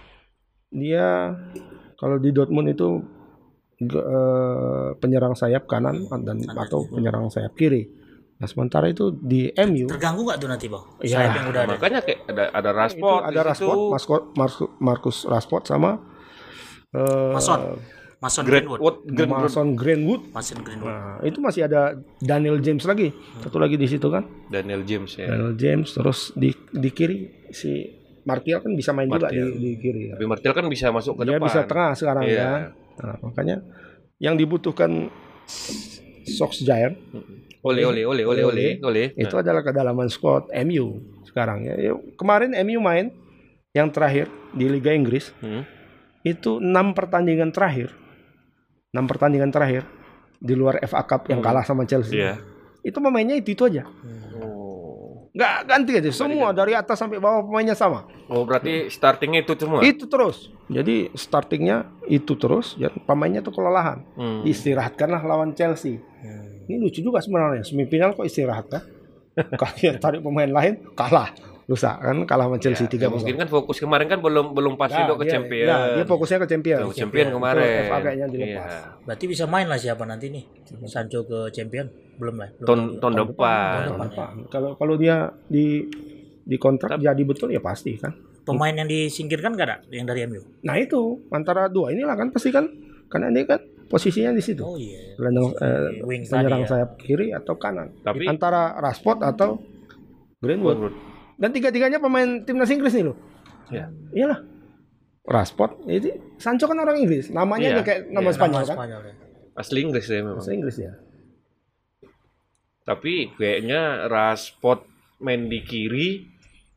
dia kalau di Dortmund itu ge- eh, penyerang sayap kanan dan atau penyerang sayap kiri. Nah, sementara itu di M U Terganggu nggak tuh nanti Bang? Iya. Sayap yang udah ada. Makanya kayak ada ada itu Rashford, ada di situ. Rashford, Marcus, Marcus, Marcus Rashford sama eh, Mason. Mason Greenwood. Greenwood. Greenwood. Mason Greenwood. Mason Greenwood. Nah, itu masih ada Daniel James lagi. Satu lagi di situ kan. Daniel James ya. Daniel James terus di di kiri si Martial kan bisa main juga di, Martial. di kiri. Tapi Martial kan bisa masuk ke Dia depan. bisa tengah sekarang Iya. kan. Nah, makanya yang dibutuhkan Solskjaer Oleh oleh oleh oleh oleh oleh. itu adalah kedalaman squad M U sekarang ya. Ya, kemarin M U main yang terakhir di Liga Inggris Hmm. itu enam pertandingan terakhir. enam pertandingan terakhir di luar F A Cup yang kalah sama Chelsea. Iya. Itu pemainnya itu, itu aja. Oh. Nggak ganti aja. Semua dari atas sampai bawah pemainnya sama. Oh, berarti startingnya itu semua. Itu terus. Jadi startingnya itu terus. Dan pemainnya tuh kelelahan. Hmm. Istirahatkanlah lawan Chelsea. Ini lucu juga sebenarnya. Semifinal kok istirahat kan? Kalian tarik pemain lain kalah. Lusa kan kalah sama Chelsea Ya, tiga ya, mungkin kan fokus kemarin kan belum belum pasti Nah, untuk ke dia, champion. ya, dia fokusnya ke champion. Ke champion kemarin. Itu F A kayaknya dilepas. Iya. Berarti bisa main lah siapa nanti nih? Sancho ke champion? Belum lah. Belum Tahun lagi. tahun depan. Tahun depan. Kalau kalau dia di di kontrak jadi betul ya pasti kan. Pemain yang disingkirkan gak ada yang dari M U? Nah itu antara dua inilah kan pasti kan karena ini kan posisinya di situ. Oh iya. Gelandang eh, Wing penyerang tadi ya. sayap kiri atau kanan. Tapi Antara Rashford atau Greenwood. Dan tiga-tiganya pemain timnas Inggris nih loh. Ya. Iyalah. Rashford, itu Sancho kan orang Inggris. Namanya Iya, aja kayak nama iya. Spanyol Nama kan. Spanyol ya. asli Inggris ya memang. Bahasa Inggris ya. Tapi kayaknya Rashford main di kiri,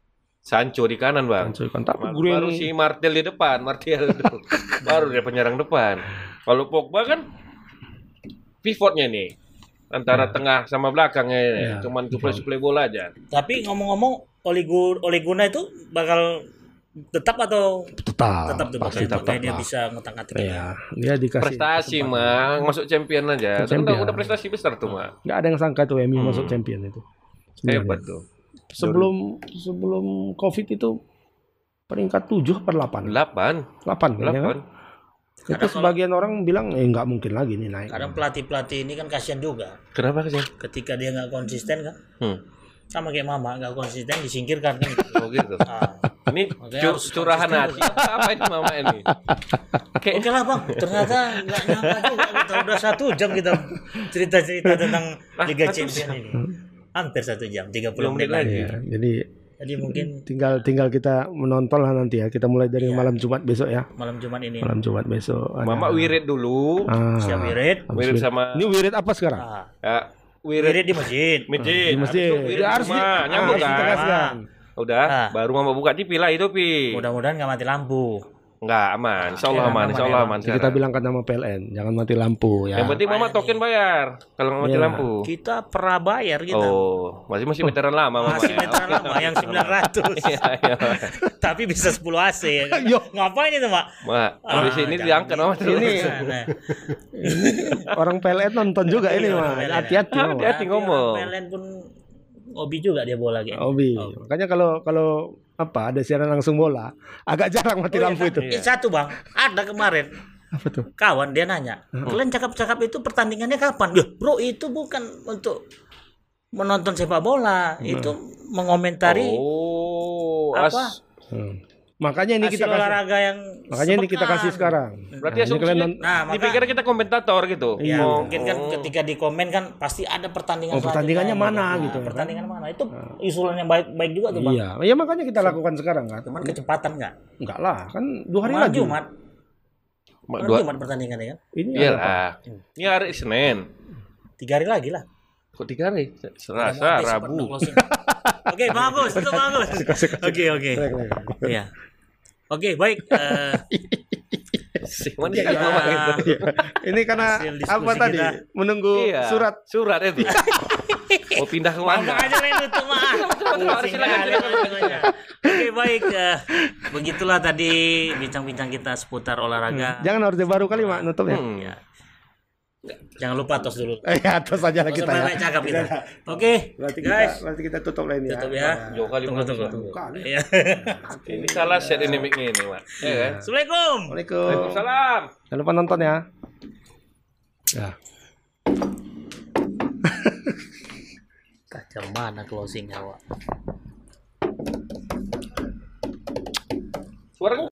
Sancho di kanan, Bang. Sancho kan tapi Baru, Green baru si Martial di depan, Martial itu. Baru dia penyerang depan. Kalau Pogba kan pivotnya nih antara tengah sama belakangnya, Ya, cuman suplai-suplai bola aja. Tapi ngomong-ngomong Ole Gu- Ole Gunnar itu bakal tetap atau tetap tetap tuh pasti maksudnya tetap dia lah. bisa ngotak-ngatik. Iya, dia dikasih Prestasi kesempatan. mah masuk champion aja. Itu kan Champion. udah, udah prestasi besar tuh mah. Nggak ada yang sangka tuh M U Hmm. masuk champion itu. Sebenarnya. Hebat tuh. Sebelum sebelum Covid itu peringkat tujuh per delapan. delapan. delapan kayaknya kan. delapan. Itu sebagian orang bilang eh nggak mungkin lagi nih naik. Kadang pelatih-pelatih ini kan kasihan juga Kenapa sih? ketika dia nggak konsisten kan. Hmm. Sama kayak mama nggak konsisten disingkirkan kan. Oh gitu. Ah, Ini Makanya cu- harus curahan konsisten. hati. Apa ini mama ini? Kayak Oke lah bang, ternyata nggak nyangka juga kita udah satu jam kita cerita-cerita tentang Liga Champions ini. Hampir satu jam, tiga puluh menit lagi. Ya, jadi Jadi mungkin tinggal tinggal kita menonton lah nanti ya. Kita mulai dari malam Jumat besok ya. malam Jumat ini Malam Jumat besok. ada- mama wirid dulu. Ah, siap wirid. habis Wirid wirid. sama Ini wirid apa sekarang? Ah, ya, wirid wirid di masjid. masjid. Di masjid. Habis itu wirid Ya, harus rumah. di- Nyambung harus kan? ditegaskan. Udah, Ah. baru mama buka T V lah itu, Pi. Mudah-mudahan nggak mati lampu. Enggak, aman. Insya Allah Ya, aman, aman, insya Allah ya. aman. Kita sekarang. bilangkan nama P L N, jangan mati lampu ya. Yang penting mama Apaan token nih? bayar kalau nggak mati Iya. lampu. Kita pernah bayar kita. Oh, masih masih veteran lama mama. Masih ya? veteran lama yang sembilan ratus. Iya, iya. Tapi bisa sepuluh A C ya kan? Yo. Ngapain itu, Mak? Mak, habis Ah, ini jangan diangkat mama gitu. terus. Ini- Nah, Orang P L N nonton juga ini Iya, mah. orang P L N. Hati-hati. Mama. Hati-hati. ngomong. P L N pun hobi juga dia bola gitu. Hobi. Makanya kalau kalau apa ada siaran langsung bola, agak jarang mati lampu itu. Eh, Satu bang, ada kemarin Apa tuh? kawan dia nanya, kalian cakap-cakap itu pertandingannya kapan? Ya, bro itu bukan untuk menonton sepak bola, itu mengomentari Oh, apa? as- Hmm. Makanya ini hasil kita kasih. olahraga yang Makanya ini kita sepekan. kasih sekarang. berarti Nah, ini asumsinya kalian non- Nah, maka dipikir kita komentator gitu. ya, Iya. mungkin kan ketika di komen kan pasti ada pertandingan Oh, pertandingannya selanjutnya. mana Nah, gitu, kan? pertandingan mana itu usulan yang baik baik juga tuh bang. Iya, iya makanya kita lakukan sekarang kan. Cuman kecepatan nggak? Enggak lah, kan dua hari Kemarin lagi. Jumat, Ma- kemarin Dua, Jumat pertandingannya kan? Ini iya ada apa? lah. Ini hari Senin. Tiga hari lagi lah. Kok tiga hari? Udah Selasa, mau habis, Rabu. udah closing. Oke, bagus, itu bagus. Oke, oke. Iya. Oke, baik. eh, Si mana Iya. kan mama gitu. Iya. Ini karena Hasil diskusi apa tadi? kita. Menunggu Iya. surat. Surat itu. Mau pindah ke Mangga mana? aja main tutup mah. silakan, Pusing silakan, kali silakan. namanya. Oke, baik. eh, begitulah tadi bincang-bincang kita seputar olahraga. Jangan orde baru kali mak nutupnya. Hmm. Ya. Jangan lupa tos dulu. Eh, atas aja lah Kita kita ya. banyak cakap kita. Oke, Berarti kita, guys. berarti kita tutup lah ini Tutup ya. ya. Jauh kali Tunggu, tunggu, bagus, tunggu. Bukan. Iya. Ini salah set ini mic-nya ini, Mak. Ya kan? Assalamualaikum. Assalamualaikum. Waalaikumsalam. Jangan lupa nonton ya. Ya. Kacau mana closingnya, Wak? Suaranya